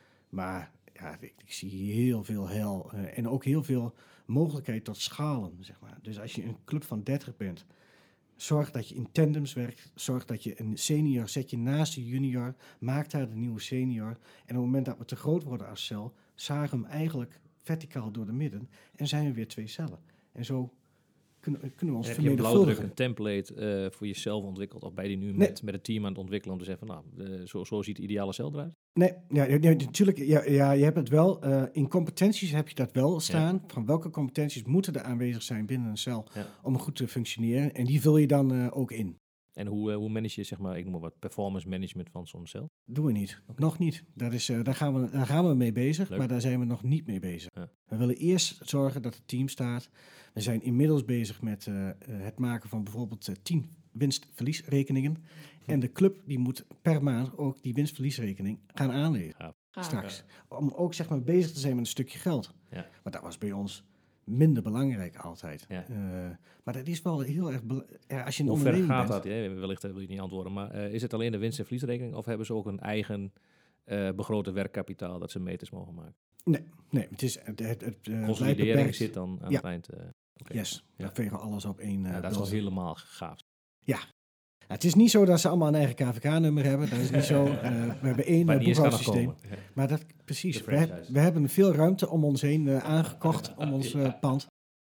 [SPEAKER 5] Maar ja, ik, ik zie heel veel hel uh, en ook heel veel mogelijkheid tot schalen, zeg maar. Dus als je een club van dertig bent, zorg dat je in tandems werkt, zorg dat je een senior zet je naast de junior, maak daar de nieuwe senior. En op het moment dat we te groot worden als cel, zagen we hem eigenlijk verticaal door de midden en zijn we weer twee cellen. En zo kunnen, kunnen we ons vermenigvuldigen.
[SPEAKER 1] Heb je een template uh, voor jezelf ontwikkeld, of ben je die nu nee. met, met het team aan het ontwikkelen om te zeggen van, nou, uh, zo, zo ziet de ideale cel eruit?
[SPEAKER 5] Nee, ja, nee, natuurlijk, ja, ja, je hebt het wel, uh, in competenties heb je dat wel staan, ja. Van welke competenties moeten er aanwezig zijn binnen een cel ja. om goed te functioneren, en die vul je dan uh, ook in.
[SPEAKER 1] En hoe, uh, hoe manage je, zeg maar, ik noem maar wat, performance management van zo'n cel?
[SPEAKER 5] Doen we niet. Okay. Nog niet. Dat is, uh, daar, gaan we, daar gaan we mee bezig, Leuk. maar daar zijn we nog niet mee bezig. Ja. We willen eerst zorgen dat het team staat. We zijn inmiddels bezig met uh, uh, het maken van bijvoorbeeld uh, tien winst-verliesrekeningen. Hm. En de club die moet per maand ook die winst-verliesrekening gaan aanleveren. Ja. Ah, straks. Ja. Om ook zeg maar bezig te zijn met een stukje geld. Ja. Want dat was bij ons minder belangrijk altijd. Ja. Uh, maar dat is wel heel erg belangrijk. Ja, als je een
[SPEAKER 1] Hoe
[SPEAKER 5] onderneming
[SPEAKER 1] ver gaat
[SPEAKER 5] bent,
[SPEAKER 1] dat? Ja, wellicht wil je niet antwoorden. Maar uh, is het alleen de winst- en verliesrekening of hebben ze ook een eigen uh, begrote werkkapitaal dat ze meters mogen maken?
[SPEAKER 5] Nee, nee het is het, het, het uh,
[SPEAKER 1] consolidering zit dan aan ja. het eind. Uh,
[SPEAKER 5] okay. Yes, ja. Dan vegen we alles op één. Uh,
[SPEAKER 1] ja, dat is wel helemaal gaaf.
[SPEAKER 5] Ja. Ja, het is niet zo dat ze allemaal een eigen K V K-nummer hebben. Dat is niet zo. Uh, we hebben één uh, boekhoudsysteem. Ja. Maar dat precies. We, we hebben veel ruimte om ons heen uh, aangekocht, om ons uh, pand.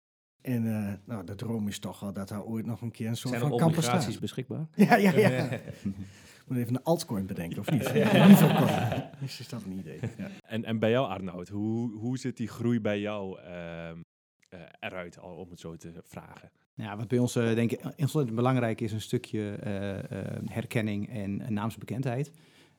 [SPEAKER 5] En uh, nou, de droom is toch wel dat daar ooit nog een keer een soort
[SPEAKER 1] Zijn
[SPEAKER 5] van
[SPEAKER 1] campus staat. Zijn er obligaties beschikbaar?
[SPEAKER 5] Ja, ja, ja. Moet even een altcoin bedenken, of niet? Ja. Lievercoin. Dus is dat een idee. Ja.
[SPEAKER 4] En, en bij jou, Arnoud, hoe, hoe zit die groei bij jou uh, uh, eruit, al om het zo te vragen?
[SPEAKER 6] Ja, wat bij ons uh, denk ik ontzettend belangrijk is, een stukje uh, uh, herkenning en uh, naamsbekendheid.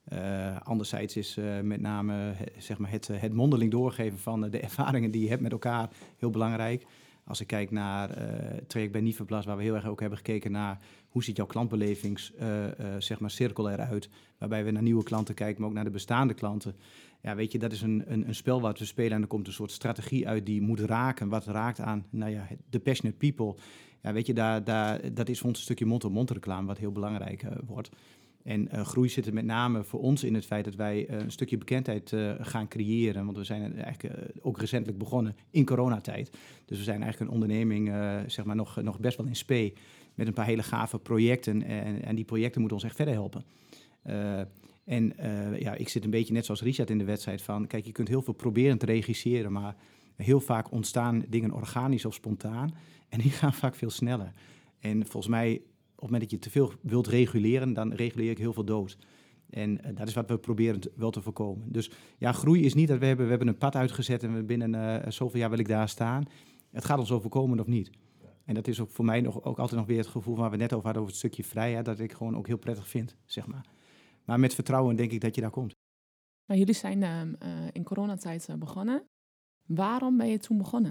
[SPEAKER 6] Uh, anderzijds is uh, met name he, zeg maar het, het mondeling doorgeven van uh, de ervaringen die je hebt met elkaar heel belangrijk. Als ik kijk naar uh, het traject bij Niveplas, waar we heel erg ook hebben gekeken naar hoe ziet jouw klantbelevings uh, uh, zeg maar cirkel eruit. Waarbij we naar nieuwe klanten kijken, maar ook naar de bestaande klanten. Ja, weet je, dat is een, een, een spel wat we spelen en er komt een soort strategie uit die moet raken. Wat raakt aan, nou ja, de passionate people. Ja, weet je, daar, daar, dat is voor ons een stukje mond-op-mond reclame wat heel belangrijk uh, wordt. En uh, groei zit er met name voor ons in het feit dat wij uh, een stukje bekendheid uh, gaan creëren. Want we zijn eigenlijk uh, ook recentelijk begonnen in coronatijd. Dus we zijn eigenlijk een onderneming uh, zeg maar nog, nog best wel in spe met een paar hele gave projecten. En, en die projecten moeten ons echt verder helpen. Uh, en uh, ja, ik zit een beetje net zoals Richard in de wedstrijd van, kijk, je kunt heel veel proberen te regisseren, maar heel vaak ontstaan dingen organisch of spontaan. En die gaan vaak veel sneller. En volgens mij, op het moment dat je te veel wilt reguleren, dan reguleer ik heel veel dood. En uh, dat is wat we proberen te, wel te voorkomen. Dus ja, groei is niet dat we hebben, we hebben een pad uitgezet en we binnen uh, zoveel jaar wil ik daar staan. Het gaat ons overkomen of niet. En dat is ook voor mij nog, ook altijd nog weer het gevoel waar we net over hadden, over het stukje vrijheid, dat ik gewoon ook heel prettig vind, zeg maar. Maar met vertrouwen denk ik dat je daar komt.
[SPEAKER 2] Maar jullie zijn uh, uh, in coronatijd uh, begonnen. Waarom ben je toen begonnen?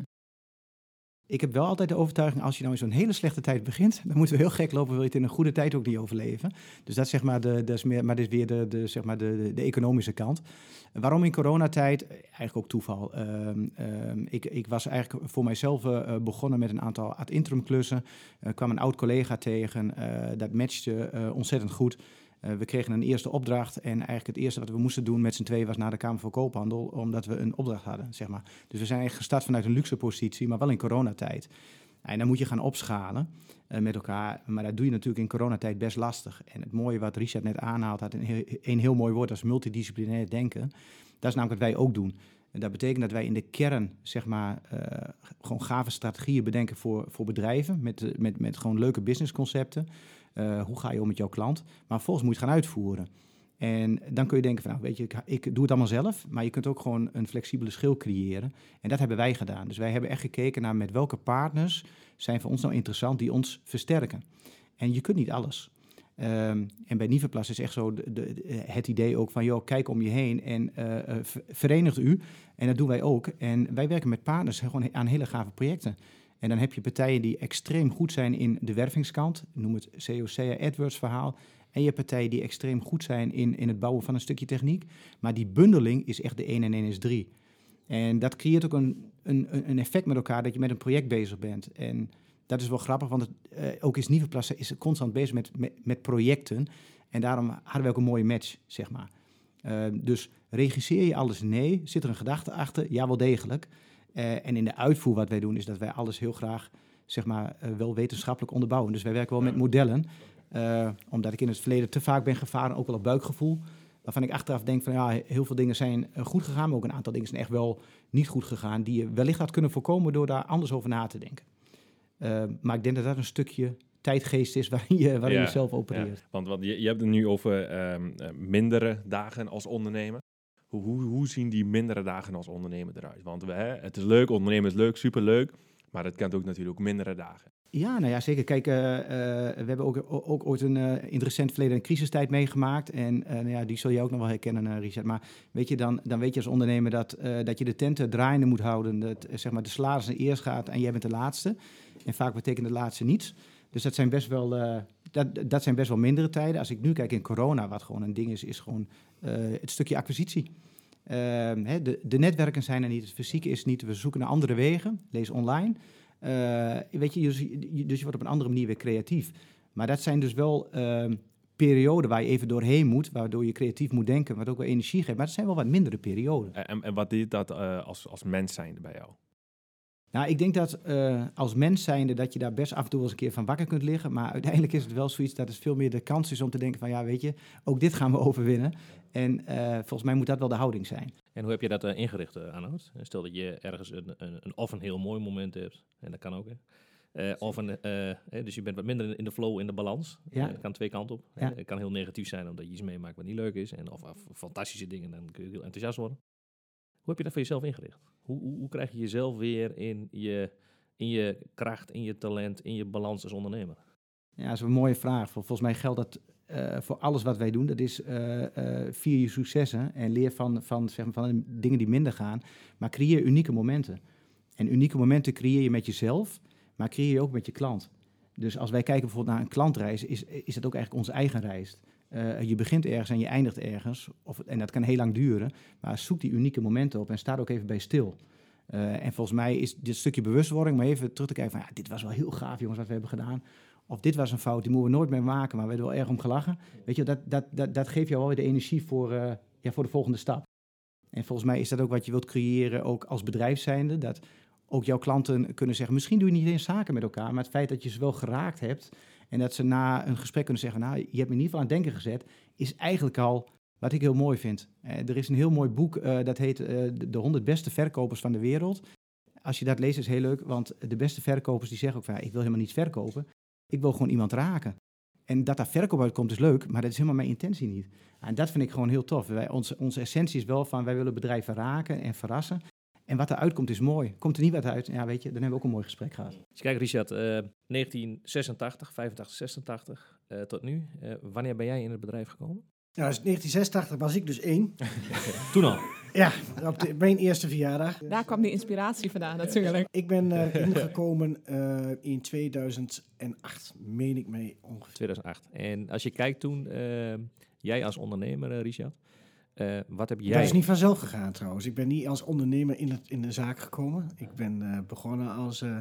[SPEAKER 6] Ik heb wel altijd de overtuiging, als je nou in zo'n hele slechte tijd begint, dan moeten we heel gek lopen, wil je het in een goede tijd ook niet overleven. Dus dat is zeg maar, de, dat is meer, maar dit is weer de, de, zeg maar de, de, de economische kant. Waarom in coronatijd? Eigenlijk ook toeval. Um, um, ik, ik was eigenlijk voor mijzelf uh, begonnen met een aantal ad interim klussen. Er uh, kwam een oud collega tegen, uh, dat matchte uh, ontzettend goed. Uh, we kregen een eerste opdracht en eigenlijk het eerste wat we moesten doen met z'n tweeën was naar de Kamer van Koophandel, omdat we een opdracht hadden, zeg maar. Dus we zijn eigenlijk gestart vanuit een luxe positie, maar wel in coronatijd. En dan moet je gaan opschalen uh, met elkaar, maar dat doe je natuurlijk in coronatijd best lastig. En het mooie wat Richard net aanhaalt, had een heel, een heel mooi woord als multidisciplinair denken. Dat is namelijk wat wij ook doen. En dat betekent dat wij in de kern, zeg maar, uh, gewoon gave strategieën bedenken voor, voor bedrijven, met, met, met gewoon leuke businessconcepten. Uh, hoe ga je om met jouw klant? Maar vervolgens moet je het gaan uitvoeren. En dan kun je denken van, nou weet je, ik, ik doe het allemaal zelf, maar je kunt ook gewoon een flexibele schil creëren. En dat hebben wij gedaan. Dus wij hebben echt gekeken naar met welke partners zijn voor ons nou interessant die ons versterken. En je kunt niet alles. Um, en bij Niveplas is echt zo de, de, het idee ook van, joh, kijk om je heen en uh, uh, verenigt u. En dat doen wij ook. En wij werken met partners gewoon aan hele gave projecten. En dan heb je partijen die extreem goed zijn in de wervingskant, noem het C O C, AdWords verhaal. En je hebt partijen die extreem goed zijn in, in het bouwen van een stukje techniek. Maar die bundeling is echt de één en één is drie. En dat creëert ook een, een, een effect met elkaar dat je met een project bezig bent. En dat is wel grappig, want het, uh, ook is Niveplas is constant bezig met, met, met projecten. En daarom hadden we ook een mooie match, zeg maar. Uh, dus regisseer je alles? Nee. Zit er een gedachte achter? Ja, wel degelijk. Uh, en in de uitvoer wat wij doen, is dat wij alles heel graag, zeg maar, uh, wel wetenschappelijk onderbouwen. Dus wij werken wel met modellen, uh, omdat ik in het verleden te vaak ben gevaren, ook wel op buikgevoel. Waarvan ik achteraf denk van, ja, heel veel dingen zijn uh, goed gegaan, maar ook een aantal dingen zijn echt wel niet goed gegaan, die je wellicht had kunnen voorkomen door daar anders over na te denken. Uh, maar ik denk dat dat een stukje tijdgeest is waarin je, waarin ja, je zelf opereert.
[SPEAKER 4] Ja. Want, want je, je hebt het nu over um, uh, mindere dagen als ondernemer. Hoe, hoe, hoe zien die mindere dagen als ondernemer eruit? Want we, hè, het is leuk, ondernemen is leuk, superleuk. Maar het kent ook natuurlijk ook mindere dagen.
[SPEAKER 6] Ja, nou ja, zeker. Kijk, uh, uh, we hebben ook, ook ooit een, uh, in het recent verleden een crisistijd meegemaakt. En uh, nou ja, die zul je ook nog wel herkennen, uh, Richard. Maar weet je, dan, dan weet je als ondernemer dat, uh, dat je de tenten draaiende moet houden. Dat uh, zeg maar, de salaris eerst gaat en jij bent de laatste. En vaak betekent de laatste niets. Dus dat zijn best wel, uh, dat, dat zijn best wel mindere tijden. Als ik nu kijk in corona, wat gewoon een ding is, is gewoon uh, het stukje acquisitie. Uh, hè, de, de netwerken zijn er niet, het fysieke is niet. We zoeken naar andere wegen, lees online. Uh, weet je, dus, dus je wordt op een andere manier weer creatief. Maar dat zijn dus wel uh, perioden waar je even doorheen moet, waardoor je creatief moet denken, wat ook wel energie geeft. Maar dat zijn wel wat mindere perioden.
[SPEAKER 4] En, en wat deed dat uh, als, als mens zijnde bij jou?
[SPEAKER 6] Nou, ik denk dat uh, als mens zijnde dat je daar best af en toe wel eens een keer van wakker kunt liggen. Maar uiteindelijk is het wel zoiets dat het veel meer de kans is om te denken van ja, weet je, ook dit gaan we overwinnen. En uh, volgens mij moet dat wel de houding zijn.
[SPEAKER 1] En hoe heb je dat uh, ingericht, uh, Arnoud? Stel dat je ergens een, een, een of een heel mooi moment hebt, en dat kan ook, hè. Uh, of een, uh, uh, dus je bent wat minder in de flow, in de balans.
[SPEAKER 6] Ja.
[SPEAKER 1] Uh, dat kan twee kanten op.
[SPEAKER 6] Ja.
[SPEAKER 1] Uh, het kan heel negatief zijn omdat je iets meemaakt wat niet leuk is. En of, of fantastische dingen, dan kun je heel enthousiast worden. Hoe heb je dat voor jezelf ingericht? Hoe, hoe, hoe krijg je jezelf weer in je, in je kracht, in je talent, in je balans als ondernemer?
[SPEAKER 6] Ja, dat is een mooie vraag. Volgens mij geldt dat uh, voor alles wat wij doen. Dat is uh, uh, vier je successen en leer van, van, zeg maar, van dingen die minder gaan. Maar creëer unieke momenten. En unieke momenten creëer je met jezelf, maar creëer je ook met je klant. Dus als wij kijken bijvoorbeeld naar een klantreis, is, is dat ook eigenlijk onze eigen reis. Uh, je begint ergens en je eindigt ergens. Of, en dat kan heel lang duren. Maar zoek die unieke momenten op en sta er ook even bij stil. Uh, en volgens mij is dit stukje bewustwording, maar even terug te kijken van ja, dit was wel heel gaaf jongens wat we hebben gedaan. Of dit was een fout, die moeten we nooit meer maken, maar we hebben er wel erg om gelachen. Weet je, dat, dat, dat, dat geeft jou wel weer de energie voor, uh, ja, voor de volgende stap. En volgens mij is dat ook wat je wilt creëren, ook als bedrijf zijnde. Dat ook jouw klanten kunnen zeggen, misschien doe je niet eens zaken met elkaar, maar het feit dat je ze wel geraakt hebt en dat ze na een gesprek kunnen zeggen, nou, je hebt me in ieder geval aan het denken gezet, is eigenlijk al wat ik heel mooi vind. Uh, er is een heel mooi boek, uh, dat heet uh, De honderd beste verkopers van de wereld. Als je dat leest is heel leuk, want de beste verkopers die zeggen ook van, ja, ik wil helemaal niet verkopen. Ik wil gewoon iemand raken. En dat daar verkoop uitkomt is leuk, maar dat is helemaal mijn intentie niet. En dat vind ik gewoon heel tof. Wij, onze, onze essentie is wel van, wij willen bedrijven raken en verrassen. En wat er uitkomt is mooi. Komt er niet wat uit, ja weet je, dan hebben we ook een mooi gesprek gehad.
[SPEAKER 1] Als je kijkt, Richard, uh, negentien zesentachtig, vijfentachtig, zesentachtig uh, tot nu. Uh, wanneer ben jij in het bedrijf gekomen?
[SPEAKER 5] Nou, in negentien zesentachtig was ik dus één.
[SPEAKER 1] Toen al?
[SPEAKER 5] Ja, op de, mijn eerste verjaardag.
[SPEAKER 2] Daar kwam die inspiratie vandaan natuurlijk.
[SPEAKER 5] Ik ben uh, ingekomen uh, in tweeduizend acht, meen ik mee ongeveer.
[SPEAKER 1] tweeduizend acht. En als je kijkt toen, uh, jij als ondernemer, uh, Richard, uh, wat heb jij...
[SPEAKER 5] Dat is niet vanzelf gegaan trouwens. Ik ben niet als ondernemer in, het, in de zaak gekomen. Ik ben uh, begonnen als... Uh,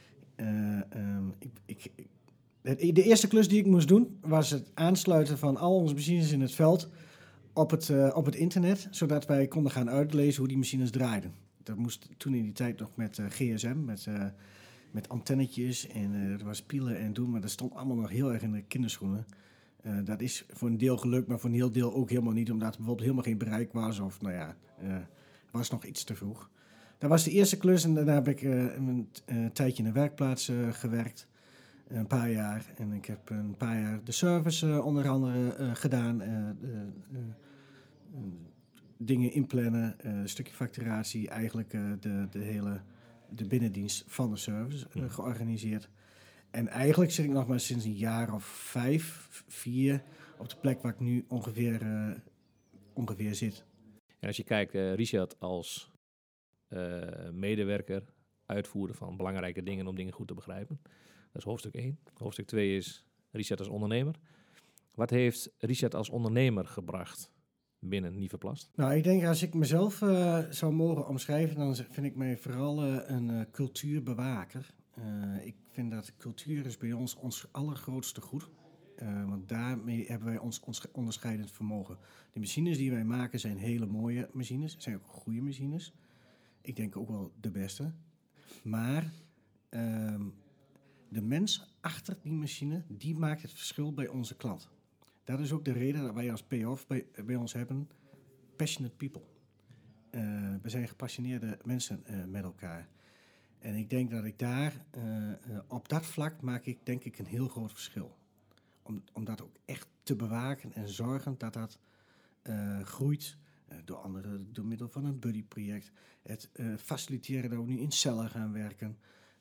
[SPEAKER 5] uh, um, ik, ik, de eerste klus die ik moest doen, was het aansluiten van al onze machines in het veld op het, uh, op het internet, zodat wij konden gaan uitlezen hoe die machines draaiden. Dat moest toen in die tijd nog met uh, G S M, met, uh, met antennetjes en uh, er was pielen en doen, maar dat stond allemaal nog heel erg in de kinderschoenen. Uh, dat is voor een deel gelukt, maar voor een heel deel ook helemaal niet, omdat er bijvoorbeeld helemaal geen bereik was of nou ja, uh, was nog iets te vroeg. Dat was de eerste klus en daarna heb ik uh, een uh, tijdje in een werkplaats uh, gewerkt. Een paar jaar. En ik heb een paar jaar de service uh, onder andere uh, gedaan. Uh, uh, uh, uh, dingen inplannen, uh, een stukje facturatie. Eigenlijk uh, de, de hele de binnendienst van de service uh, georganiseerd. En eigenlijk zit ik nog maar sinds een jaar of vijf, vier op de plek waar ik nu ongeveer, uh, ongeveer zit.
[SPEAKER 1] En als je kijkt, uh, Richard als uh, medewerker, uitvoeren van belangrijke dingen om dingen goed te begrijpen. Dat is hoofdstuk één. Hoofdstuk twee is Richard als ondernemer. Wat heeft Richard als ondernemer gebracht binnen Nieuweplast?
[SPEAKER 5] Nou, ik denk als ik mezelf uh, zou mogen omschrijven, dan vind ik mij vooral uh, een uh, cultuurbewaker. Uh, ik vind dat cultuur is bij ons ons allergrootste goed. Uh, want daarmee hebben wij ons, ons onderscheidend vermogen. De machines die wij maken zijn hele mooie machines. Zijn ook goede machines. Ik denk ook wel de beste. Maar... Uh, De mens achter die machine, die maakt het verschil bij onze klant. Dat is ook de reden dat wij als payoff bij, bij ons hebben, passionate people. Uh, we zijn gepassioneerde mensen uh, met elkaar. En ik denk dat ik daar, uh, uh, op dat vlak maak ik denk ik een heel groot verschil. Om, om dat ook echt te bewaken en zorgen dat dat uh, groeit. Uh, door anderen, door middel van een buddyproject. Het uh, faciliteren dat we nu in cellen gaan werken.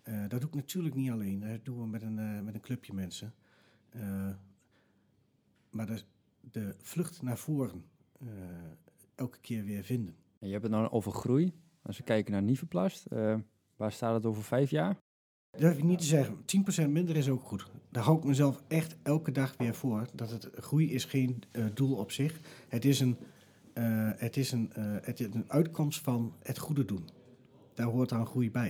[SPEAKER 5] Uh, dat doe ik natuurlijk niet alleen. Dat doen we met een, uh, met een clubje mensen. Uh, maar de, de vlucht naar voren uh, elke keer weer vinden.
[SPEAKER 3] En je hebt het nou over groei. Als we kijken naar Nieuweplast, uh, waar staat het over vijf jaar?
[SPEAKER 5] Dat durf ik niet te zeggen. tien procent minder is ook goed. Daar hou ik mezelf echt elke dag weer voor. Dat het, groei is geen uh, doel op zich. Het is een, uh, het is een, uh, het is een uitkomst van het goede doen. Daar hoort dan groei bij.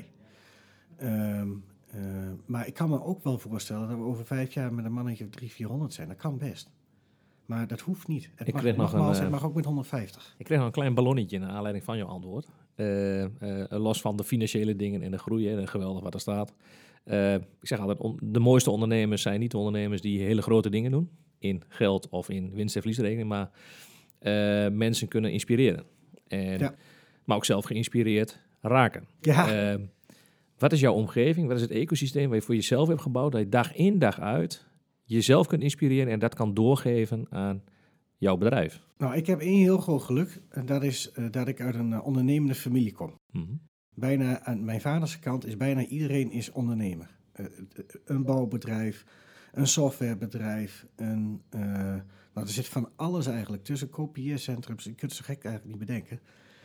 [SPEAKER 5] Um, uh, maar ik kan me ook wel voorstellen dat we over vijf jaar met een mannetje of drie, vierhonderd zijn. Dat kan best. Maar dat hoeft niet. Het,
[SPEAKER 1] ik
[SPEAKER 5] mag,
[SPEAKER 1] kreeg nog
[SPEAKER 5] nogmaals,
[SPEAKER 1] een,
[SPEAKER 5] het mag ook met honderdvijftig.
[SPEAKER 1] Ik kreeg nog een klein ballonnetje naar aanleiding van jouw antwoord. Uh, uh, los van de financiële dingen en de groei en geweldig wat er staat. Uh, ik zeg altijd, on, de mooiste ondernemers zijn niet de ondernemers die hele grote dingen doen. In geld of in winst- en verliesrekening. Maar uh, mensen kunnen inspireren. En, ja. Maar ook zelf geïnspireerd raken.
[SPEAKER 5] Ja.
[SPEAKER 1] Uh, wat is jouw omgeving? Wat is het ecosysteem waar je voor jezelf hebt gebouwd? Dat je dag in dag uit jezelf kunt inspireren en dat kan doorgeven aan jouw bedrijf.
[SPEAKER 5] Nou, ik heb één heel groot geluk. En dat is uh, dat ik uit een uh, ondernemende familie kom. Mm-hmm. Bijna, aan mijn vaders kant is bijna iedereen is ondernemer. Uh, een bouwbedrijf, een softwarebedrijf. Een, uh, nou, er zit van alles eigenlijk tussen. Kopieercentrums, je kunt het zo gek eigenlijk niet bedenken.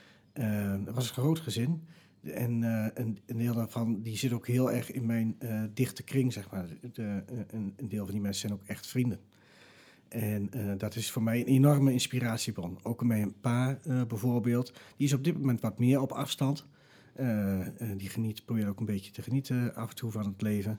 [SPEAKER 5] Uh, dat was een groot gezin. En uh, een, een deel daarvan die zit ook heel erg in mijn uh, dichte kring, zeg maar. De, uh, een, een deel van die mensen zijn ook echt vrienden. En uh, dat is voor mij een enorme inspiratiebron. Ook mijn pa uh, bijvoorbeeld, die is op dit moment wat meer op afstand. Uh, uh, die geniet, probeert ook een beetje te genieten af en toe van het leven.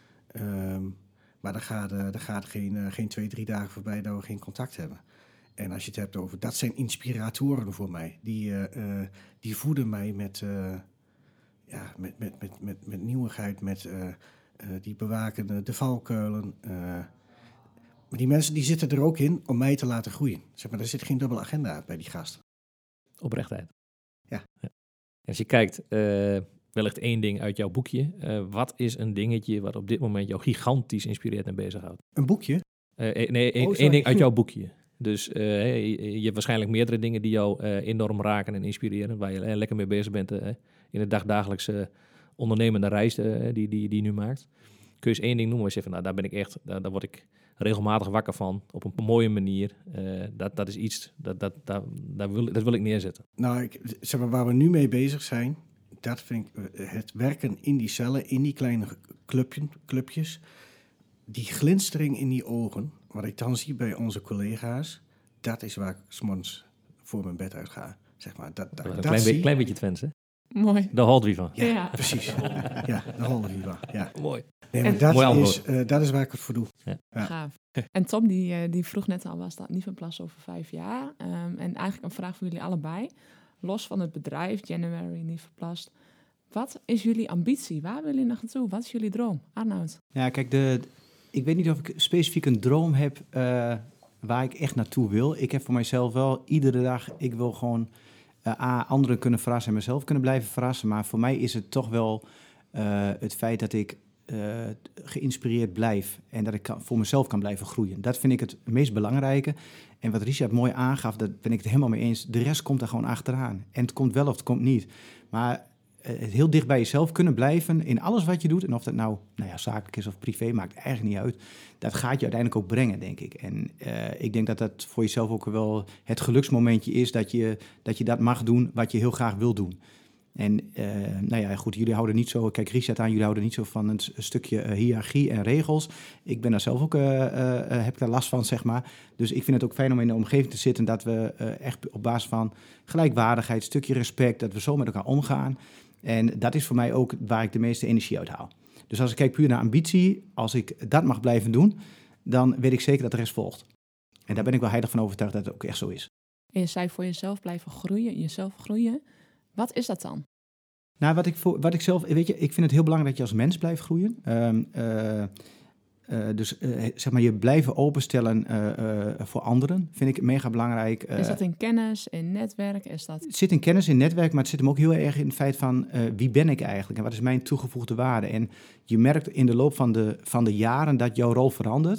[SPEAKER 5] Um, maar er gaat, uh, er gaat geen, uh, geen twee, drie dagen voorbij dat we geen contact hebben. En als je het hebt over, dat zijn inspiratoren voor mij. Die, uh, uh, die voeden mij met, uh, ja, met, met, met, met, met nieuwigheid, met, uh, uh, die bewaken uh, de valkuilen. Uh, maar die mensen die zitten er ook in om mij te laten groeien. Zeg maar, er zit geen dubbele agenda bij die gasten.
[SPEAKER 1] Oprechtheid.
[SPEAKER 5] Ja.
[SPEAKER 1] ja. Als je kijkt, uh, wellicht één ding uit jouw boekje. Uh, wat is een dingetje wat op dit moment jou gigantisch inspireert en bezighoudt?
[SPEAKER 5] Een boekje?
[SPEAKER 1] Uh, nee, één oh, ding uit jouw boekje. Dus uh, je, je hebt waarschijnlijk meerdere dingen die jou uh, enorm raken en inspireren. Waar je uh, lekker mee bezig bent uh, in de dagdagelijkse ondernemende reis uh, die, die, die je nu maakt. Kun je eens één ding noemen waar je zegt van, nou, daar ben ik echt, daar, daar word ik regelmatig wakker van. Op een mooie manier. Uh, dat, dat is iets, dat, dat, dat, dat, wil, dat wil ik neerzetten.
[SPEAKER 5] Nou, ik, zeg maar, waar we nu mee bezig zijn, dat vind ik uh, het werken in die cellen, in die kleine clubje, clubjes. Die glinstering in die ogen, wat ik dan zie bij onze collega's, dat is waar ik 's morgens voor mijn bed uit ga. Zeg maar, dat, dat,
[SPEAKER 1] een
[SPEAKER 5] dat
[SPEAKER 1] klein,
[SPEAKER 5] zie...
[SPEAKER 1] be- klein beetje Twents, hè?
[SPEAKER 2] Mooi.
[SPEAKER 1] Daar houdt wie van.
[SPEAKER 5] Ja,
[SPEAKER 2] ja.
[SPEAKER 5] precies. Ja, daar houdt wie van. Ja.
[SPEAKER 1] Mooi.
[SPEAKER 5] Nee, maar dat,
[SPEAKER 1] Mooi
[SPEAKER 5] is, uh, dat is waar ik het voor doe.
[SPEAKER 1] Ja.
[SPEAKER 2] Ja. Gaaf. En Tom, die, uh, die vroeg net al, was dat Nieuweplast over vijf jaar? Um, en eigenlijk een vraag voor jullie allebei. Los van het bedrijf, January, Nieuweplast. Wat is jullie ambitie? Waar willen jullie naartoe? Wat is jullie droom? Arnoud?
[SPEAKER 6] Ja, kijk, de, ik weet niet of ik specifiek een droom heb uh, waar ik echt naartoe wil. Ik heb voor mijzelf wel iedere dag, ik wil gewoon uh, A, anderen kunnen verrassen en mezelf kunnen blijven verrassen. Maar voor mij is het toch wel uh, het feit dat ik uh, geïnspireerd blijf en dat ik kan, voor mezelf kan blijven groeien. Dat vind ik het meest belangrijke. En wat Richard mooi aangaf, daar ben ik het helemaal mee eens. De rest komt er gewoon achteraan. En het komt wel of het komt niet. Maar het heel dicht bij jezelf kunnen blijven in alles wat je doet. En of dat nou, nou ja, zakelijk is of privé, maakt eigenlijk niet uit. Dat gaat je uiteindelijk ook brengen, denk ik. En uh, ik denk dat dat voor jezelf ook wel het geluksmomentje is dat je, dat je dat mag doen wat je heel graag wil doen. En uh, nou ja, goed, jullie houden niet zo, kijk Richard aan, jullie houden niet zo van een, een stukje uh, hiërarchie en regels. Ik ben daar zelf ook, uh, uh, heb ik daar last van, zeg maar. Dus ik vind het ook fijn om in een omgeving te zitten dat we uh, echt op basis van gelijkwaardigheid, stukje respect, dat we zo met elkaar omgaan. En dat is voor mij ook waar ik de meeste energie uit haal. Dus als ik kijk puur naar ambitie, als ik dat mag blijven doen, dan weet ik zeker dat de rest volgt. En daar ben ik wel heilig van overtuigd dat het ook echt zo is.
[SPEAKER 2] En je zei voor jezelf blijven groeien, jezelf groeien. Wat is dat dan?
[SPEAKER 6] Nou, wat ik, voor, wat ik zelf, weet je, ik vind het heel belangrijk dat je als mens blijft groeien. Um, uh, uh, dus uh, zeg maar, je blijven openstellen uh, uh, voor anderen, vind ik mega belangrijk. Uh,
[SPEAKER 2] is dat in kennis, in netwerk? Is dat...
[SPEAKER 6] Het zit in kennis, in netwerk, maar het zit hem ook heel erg in het feit van uh, wie ben ik eigenlijk en wat is mijn toegevoegde waarde. En je merkt in de loop van de, van de jaren dat jouw rol verandert.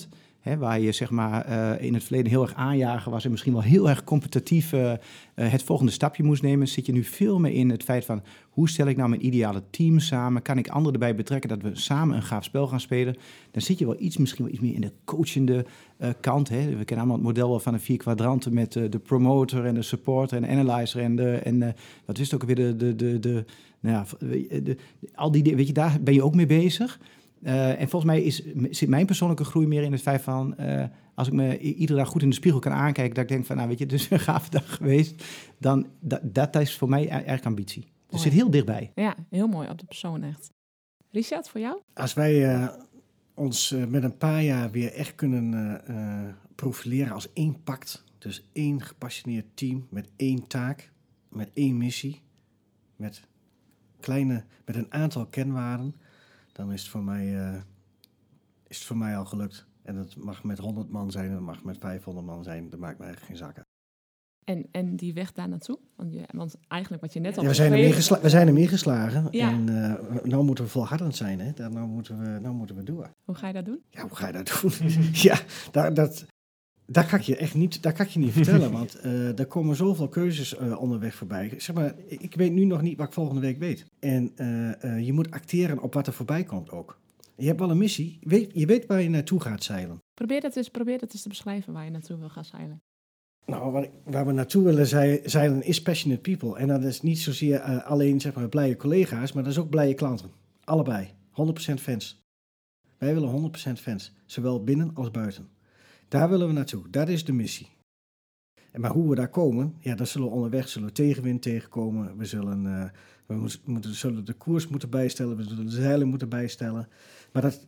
[SPEAKER 6] Hè, waar je zeg maar, uh, in het verleden heel erg aanjagen was en misschien wel heel erg competitief uh, uh, het volgende stapje moest nemen, zit je nu veel meer in het feit van hoe stel ik nou mijn ideale team samen? Kan ik anderen erbij betrekken dat we samen een gaaf spel gaan spelen? Dan zit je wel iets, misschien wel iets meer in de coachende uh, kant. Hè? We kennen allemaal het model wel van de vier kwadranten met uh, de promoter en de supporter en de analyzer en, de, en uh, wat wist ook weer de, de, de, de, nou ja, de, de, al die dingen, weet je, daar ben je ook mee bezig. Uh, en volgens mij is, zit mijn persoonlijke groei meer in het feit van, uh, als ik me iedere dag goed in de spiegel kan aankijken, dat ik denk van, nou weet je, het is een gave dag geweest, dan dat, dat is voor mij erg ambitie. Dus het zit heel dichtbij.
[SPEAKER 2] Ja, heel mooi op de persoon echt. Richard, voor jou?
[SPEAKER 5] Als wij uh, ons uh, met een paar jaar weer echt kunnen uh, uh, profileren als één pact, dus één gepassioneerd team met één taak, met één missie, met, kleine, met een aantal kenwaarden, dan is het voor mij, uh, is het voor mij al gelukt. En dat mag met honderd man zijn en dat mag met vijfhonderd man zijn. Dat maakt me eigenlijk geen zak uit.
[SPEAKER 2] En, en die weg daar naartoe? Want, je, want eigenlijk wat je net al
[SPEAKER 5] ja, we, zijn er gesla- we zijn er meer geslagen.
[SPEAKER 2] Ja.
[SPEAKER 5] En uh, nou moeten we volhardend zijn. Hè? Dan nou moeten we, nou moeten we door.
[SPEAKER 2] Hoe ga je dat doen?
[SPEAKER 5] Ja, hoe ga je dat doen? ja, dat, dat, dat kan ik je echt niet, dat kan ik je niet vertellen. Want uh, er komen zoveel keuzes uh, onderweg voorbij. Zeg maar, ik weet nu nog niet wat ik volgende week weet. En uh, uh, je moet acteren op wat er voorbij komt ook. Je hebt wel een missie. Je weet, je weet waar je naartoe gaat zeilen.
[SPEAKER 2] Probeer dat eens, probeer dat eens te beschrijven waar je naartoe wil gaan zeilen.
[SPEAKER 5] Nou, waar, waar we naartoe willen zeilen is passionate people. En dat is niet zozeer uh, alleen zeg maar, blije collega's, maar dat is ook blije klanten. Allebei. honderd procent fans. Wij willen honderd procent fans. Zowel binnen als buiten. Daar willen we naartoe. Dat is de missie. En maar hoe we daar komen, ja, dat zullen we onderweg zullen we tegenwind tegenkomen. We zullen, uh, we moeten, zullen de koers moeten bijstellen. We zullen de zeilen moeten bijstellen. Maar dat,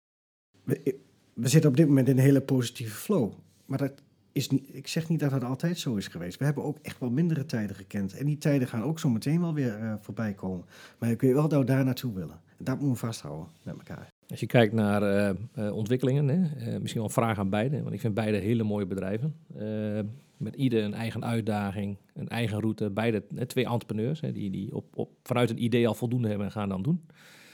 [SPEAKER 5] we, we zitten op dit moment in een hele positieve flow. Maar dat is niet, ik zeg niet dat het altijd zo is geweest. We hebben ook echt wel mindere tijden gekend. En die tijden gaan ook zo meteen wel weer uh, voorbij komen. Maar ik weet wel dat we daar naartoe willen. En dat moeten we vasthouden met elkaar.
[SPEAKER 1] Als je kijkt naar uh, uh, ontwikkelingen, hè, uh, misschien wel een vraag aan beide. Want ik vind beide hele mooie bedrijven. Uh, met ieder een eigen uitdaging, een eigen route. Beide uh, twee entrepreneurs hè, die, die op, op, vanuit een idee al voldoende hebben en gaan dan doen.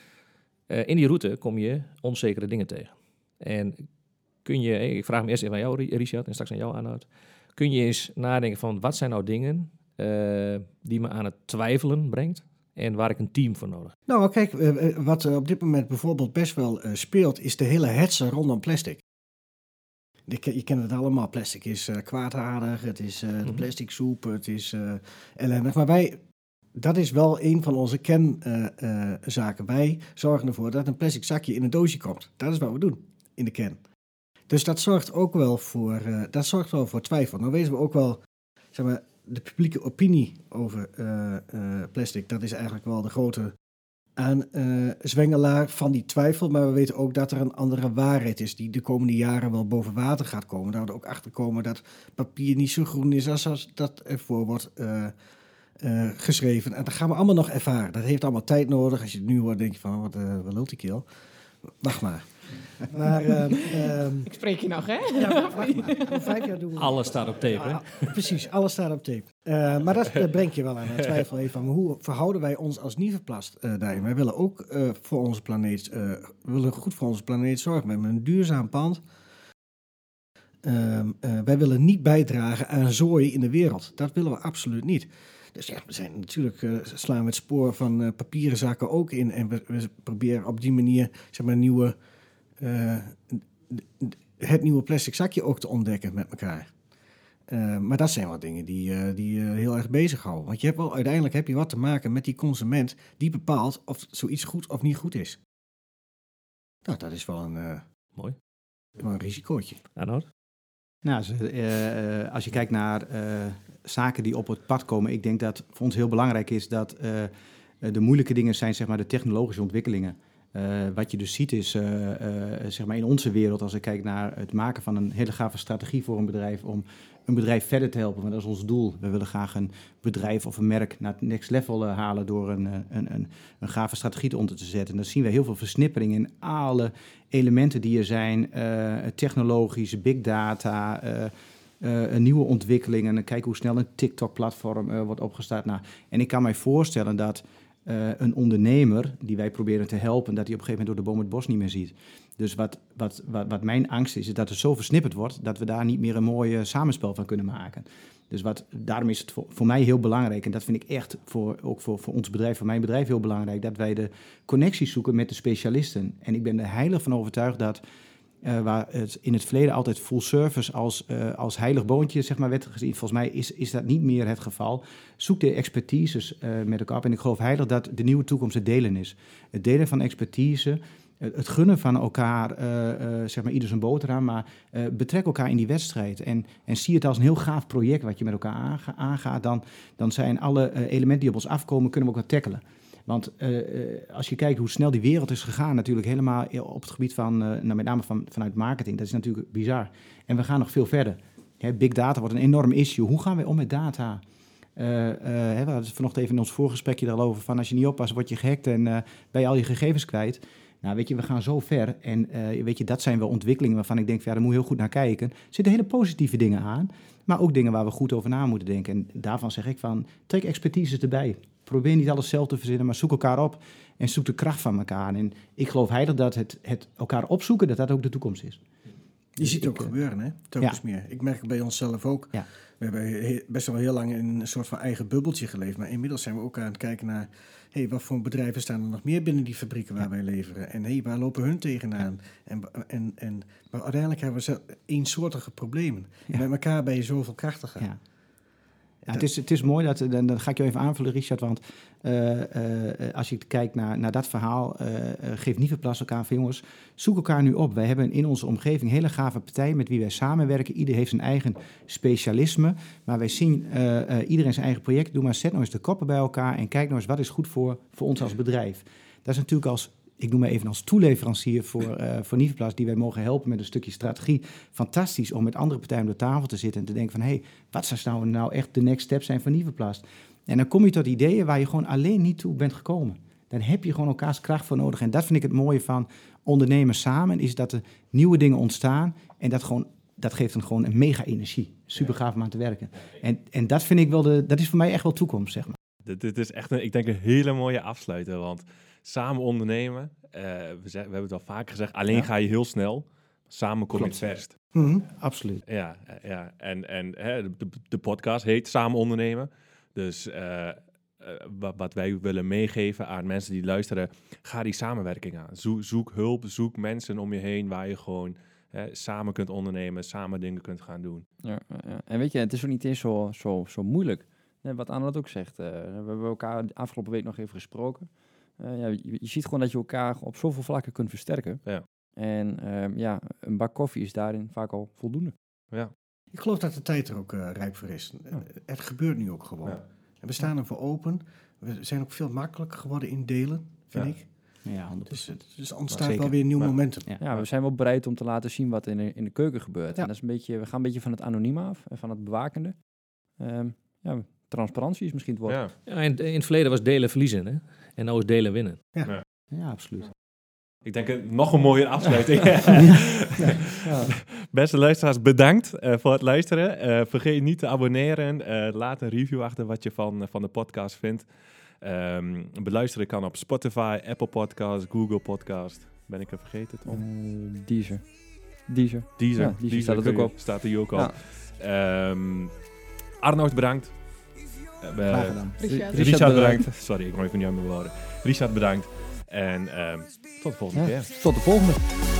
[SPEAKER 1] Uh, in die route kom je onzekere dingen tegen. En kun je, ik vraag me eerst even aan jou, Richard, en straks aan jou, Arnoud. Kun je eens nadenken van wat zijn nou dingen uh, die me aan het twijfelen brengt en waar ik een team voor nodig heb?
[SPEAKER 5] Nou, kijk, uh, wat uh, op dit moment bijvoorbeeld best wel uh, speelt, is de hele hetze rondom plastic. De, je kent het allemaal, plastic is uh, kwaadaardig, het is uh, de plastic soep, het is uh, ellendig. Maar wij, dat is wel een van onze kernzaken. Uh, uh, wij zorgen ervoor dat een plastic zakje in een doosje komt. Dat is wat we doen in de kern. Dus dat zorgt ook wel voor, uh, dat zorgt wel voor twijfel. Nou weten we ook wel, zeg maar, de publieke opinie over uh, uh, plastic, dat is eigenlijk wel de grote aanzwengelaar uh, van die twijfel. Maar we weten ook dat er een andere waarheid is die de komende jaren wel boven water gaat komen. Daar we er ook achter komen dat papier niet zo groen is als, als dat ervoor wordt uh, uh, geschreven. En dat gaan we allemaal nog ervaren. Dat heeft allemaal tijd nodig. Als je het nu hoort, denk je van, wat, uh, wat lult die keel? Wacht maar. Maar, uh, um,
[SPEAKER 2] ik spreek je nog, hè?
[SPEAKER 5] Ja, wacht maar. Voor vijf jaar doen we
[SPEAKER 1] alles staat op tape, hè?
[SPEAKER 5] Ah, precies, alles staat op tape. Uh, maar dat, dat brengt je wel aan het twijfel even van hoe verhouden wij ons als Niveplast uh, daarin. Wij willen ook uh, voor onze planeet, uh, we willen goed voor onze planeet zorgen. We hebben een duurzaam pand. Uh, uh, wij willen niet bijdragen aan zooi in de wereld. Dat willen we absoluut niet. Dus ja, we zijn natuurlijk uh, slaan we het spoor van uh, papieren zakken ook in. En we, we proberen op die manier zeg maar, nieuwe, uh, het nieuwe plastic zakje ook te ontdekken met elkaar. Uh, maar dat zijn wel dingen die, uh, die uh, heel erg bezighouden. Want je hebt wel, uiteindelijk heb je wat te maken met die consument die bepaalt of zoiets goed of niet goed is. Nou, dat is wel een, uh,
[SPEAKER 1] Mooi.
[SPEAKER 5] Wel een risicootje.
[SPEAKER 1] Arnoud?
[SPEAKER 6] Nou, uh, uh, als je kijkt naar uh, zaken die op het pad komen, ik denk dat voor ons heel belangrijk is dat uh, de moeilijke dingen zijn, zeg maar, de technologische ontwikkelingen. Uh, wat je dus ziet is, uh, uh, zeg maar in onze wereld, als ik kijk naar het maken van een hele gave strategie voor een bedrijf, om een bedrijf verder te helpen, want dat is ons doel. We willen graag een bedrijf of een merk naar het next level uh, halen door een, een, een, een gave strategie onder te zetten. En dan zien we heel veel versnippering in alle elementen die er zijn, uh, technologisch, big data, uh, uh, nieuwe ontwikkelingen. En kijken hoe snel een TikTok-platform uh, wordt opgestart. Nou, en ik kan mij voorstellen dat Uh, een ondernemer die wij proberen te helpen, dat hij op een gegeven moment door de boom het bos niet meer ziet. Dus wat, wat, wat, wat mijn angst is, is dat het zo versnipperd wordt dat we daar niet meer een mooi uh, samenspel van kunnen maken. Dus wat, daarom is het voor, voor mij heel belangrijk, en dat vind ik echt voor, ook voor, voor ons bedrijf, voor mijn bedrijf heel belangrijk, dat wij de connecties zoeken met de specialisten. En ik ben er heilig van overtuigd dat uh, waar het in het verleden altijd full service als, uh, als heilig boontje zeg maar, werd gezien, volgens mij is, is dat niet meer het geval. Zoek de expertises uh, met elkaar op. En ik geloof heilig dat de nieuwe toekomst het delen is. Het delen van expertise, het gunnen van elkaar, uh, uh, zeg maar, ieder zijn boterham, maar uh, betrek elkaar in die wedstrijd. En, en zie het als een heel gaaf project wat je met elkaar aanga- aangaat. Dan, dan zijn alle uh, elementen die op ons afkomen, kunnen we ook wat tackelen. Want uh, uh, als je kijkt hoe snel die wereld is gegaan, natuurlijk helemaal op het gebied van, uh, nou, met name van, vanuit marketing, dat is natuurlijk bizar. En we gaan nog veel verder. Hè, big data wordt een enorm issue. Hoe gaan we om met data? Uh, uh, we hadden het vanochtend even in ons voorgesprekje er al over van als je niet oppast, word je gehackt en uh, ben je al je gegevens kwijt. Nou, weet je, we gaan zo ver en uh, weet je, dat zijn wel ontwikkelingen waarvan ik denk, van, ja, daar moet je heel goed naar kijken. Er zitten hele positieve dingen aan, maar ook dingen waar we goed over na moeten denken. En daarvan zeg ik van, trek expertise erbij. Probeer niet alles zelf te verzinnen, maar zoek elkaar op en zoek de kracht van elkaar. En ik geloof heilig dat het, het elkaar opzoeken, dat dat ook de toekomst is.
[SPEAKER 5] Je ziet het ook
[SPEAKER 6] ik,
[SPEAKER 5] gebeuren, hè? Telkens
[SPEAKER 6] ja.
[SPEAKER 5] meer. Ik merk het bij onszelf ook.
[SPEAKER 6] Ja.
[SPEAKER 5] We hebben he- best wel heel lang in een soort van eigen bubbeltje geleefd. Maar inmiddels zijn we ook aan het kijken naar, hey, wat voor bedrijven staan er nog meer binnen die fabrieken waar ja. wij leveren? En hey, waar lopen hun tegenaan? Ja. En, en, en, maar uiteindelijk hebben we eensoortige problemen. Ja. Met elkaar ben je zoveel krachtiger.
[SPEAKER 6] Ja. Ja, het, is, het is mooi, dat, dan, dan ga ik je even aanvullen, Richard, want uh, uh, als je kijkt naar, naar dat verhaal, uh, uh, geef Niveplast elkaar van jongens, zoek elkaar nu op. Wij hebben in onze omgeving hele gave partijen met wie wij samenwerken. Ieder heeft zijn eigen specialisme, maar wij zien uh, uh, iedereen zijn eigen project. Doe maar, zet nou eens de koppen bij elkaar en kijk nou eens wat is goed voor, voor ons als bedrijf. Dat is natuurlijk als... Ik noem maar even als toeleverancier voor, uh, voor Niveplast, die wij mogen helpen met een stukje strategie. Fantastisch om met andere partijen om de tafel te zitten en te denken van, hé, hey, wat zou nou, nou echt de next step zijn voor Niveplast? En dan kom je tot ideeën waar je gewoon alleen niet toe bent gekomen. Dan heb je gewoon elkaars kracht voor nodig. En dat vind ik het mooie van ondernemen samen, is dat er nieuwe dingen ontstaan en dat gewoon... Dat geeft dan gewoon een mega energie. Super gaaf om aan te werken. En, en dat vind ik wel de, dat is voor mij echt wel toekomst, zeg maar.
[SPEAKER 4] Dit, dit is echt, een, ik denk, een hele mooie afsluiter. Want samen ondernemen, uh, we, zeg, we hebben het al vaak gezegd, alleen ja. ga je heel snel. Samen kom je het verst.
[SPEAKER 6] Mm-hmm, absoluut.
[SPEAKER 4] Ja, ja. En, en hè, de, de podcast heet Samen ondernemen. Dus uh, uh, wat, wat wij willen meegeven aan mensen die luisteren, ga die samenwerking aan. Zoek, zoek hulp, zoek mensen om je heen waar je gewoon... Hè, samen kunt ondernemen, samen dingen kunt gaan doen.
[SPEAKER 3] Ja, ja. En weet je, het is ook niet eens zo, zo, zo moeilijk. Nee, wat Anne dat ook zegt. Uh, we hebben elkaar de afgelopen week nog even gesproken. Uh, ja, je, je ziet gewoon dat je elkaar op zoveel vlakken kunt versterken.
[SPEAKER 4] Ja.
[SPEAKER 3] En uh, ja, een bak koffie is daarin vaak al voldoende.
[SPEAKER 4] Ja.
[SPEAKER 5] Ik geloof dat de tijd er ook uh, rijp voor is. Ja. Het gebeurt nu ook gewoon. Ja. En we staan ervoor open. We zijn ook veel makkelijker geworden in delen, vind ja. ik.
[SPEAKER 6] Ja, honderd procent.
[SPEAKER 5] Dus, dus er ontstaat wel weer een nieuw maar, momentum.
[SPEAKER 3] Ja. ja, we zijn wel bereid om te laten zien wat in de, in de keuken gebeurt. Ja. En dat is een beetje, we gaan een beetje van het anoniem af en van het bewakende. Um, ja, transparantie is misschien het woord.
[SPEAKER 1] Ja, ja in, in het verleden was delen verliezen, hè? En nu is delen winnen.
[SPEAKER 6] Ja, ja. ja absoluut.
[SPEAKER 4] Ik denk een, nog een mooie afsluiting. ja. Ja. Ja. Beste luisteraars, bedankt uh, voor het luisteren. Uh, vergeet niet te abonneren. Uh, laat een review achter wat je van, uh, van de podcast vindt. Um, beluisteren kan op Spotify, Apple Podcast, Google Podcast. Ben ik er vergeten, Tom?
[SPEAKER 3] Uh, Deezer. Deezer.
[SPEAKER 4] Deezer.
[SPEAKER 3] Ja, Deezer staat het ook op.
[SPEAKER 4] Staat er hier ook op. Ja. Um, Arnoud, bedankt. Uh,
[SPEAKER 6] Graag gedaan.
[SPEAKER 2] Richard.
[SPEAKER 4] Richard, bedankt. Sorry, ik kon even niet aan mijn woorden. Richard, bedankt. En um, tot de volgende
[SPEAKER 3] ja,
[SPEAKER 4] keer.
[SPEAKER 3] Tot de volgende.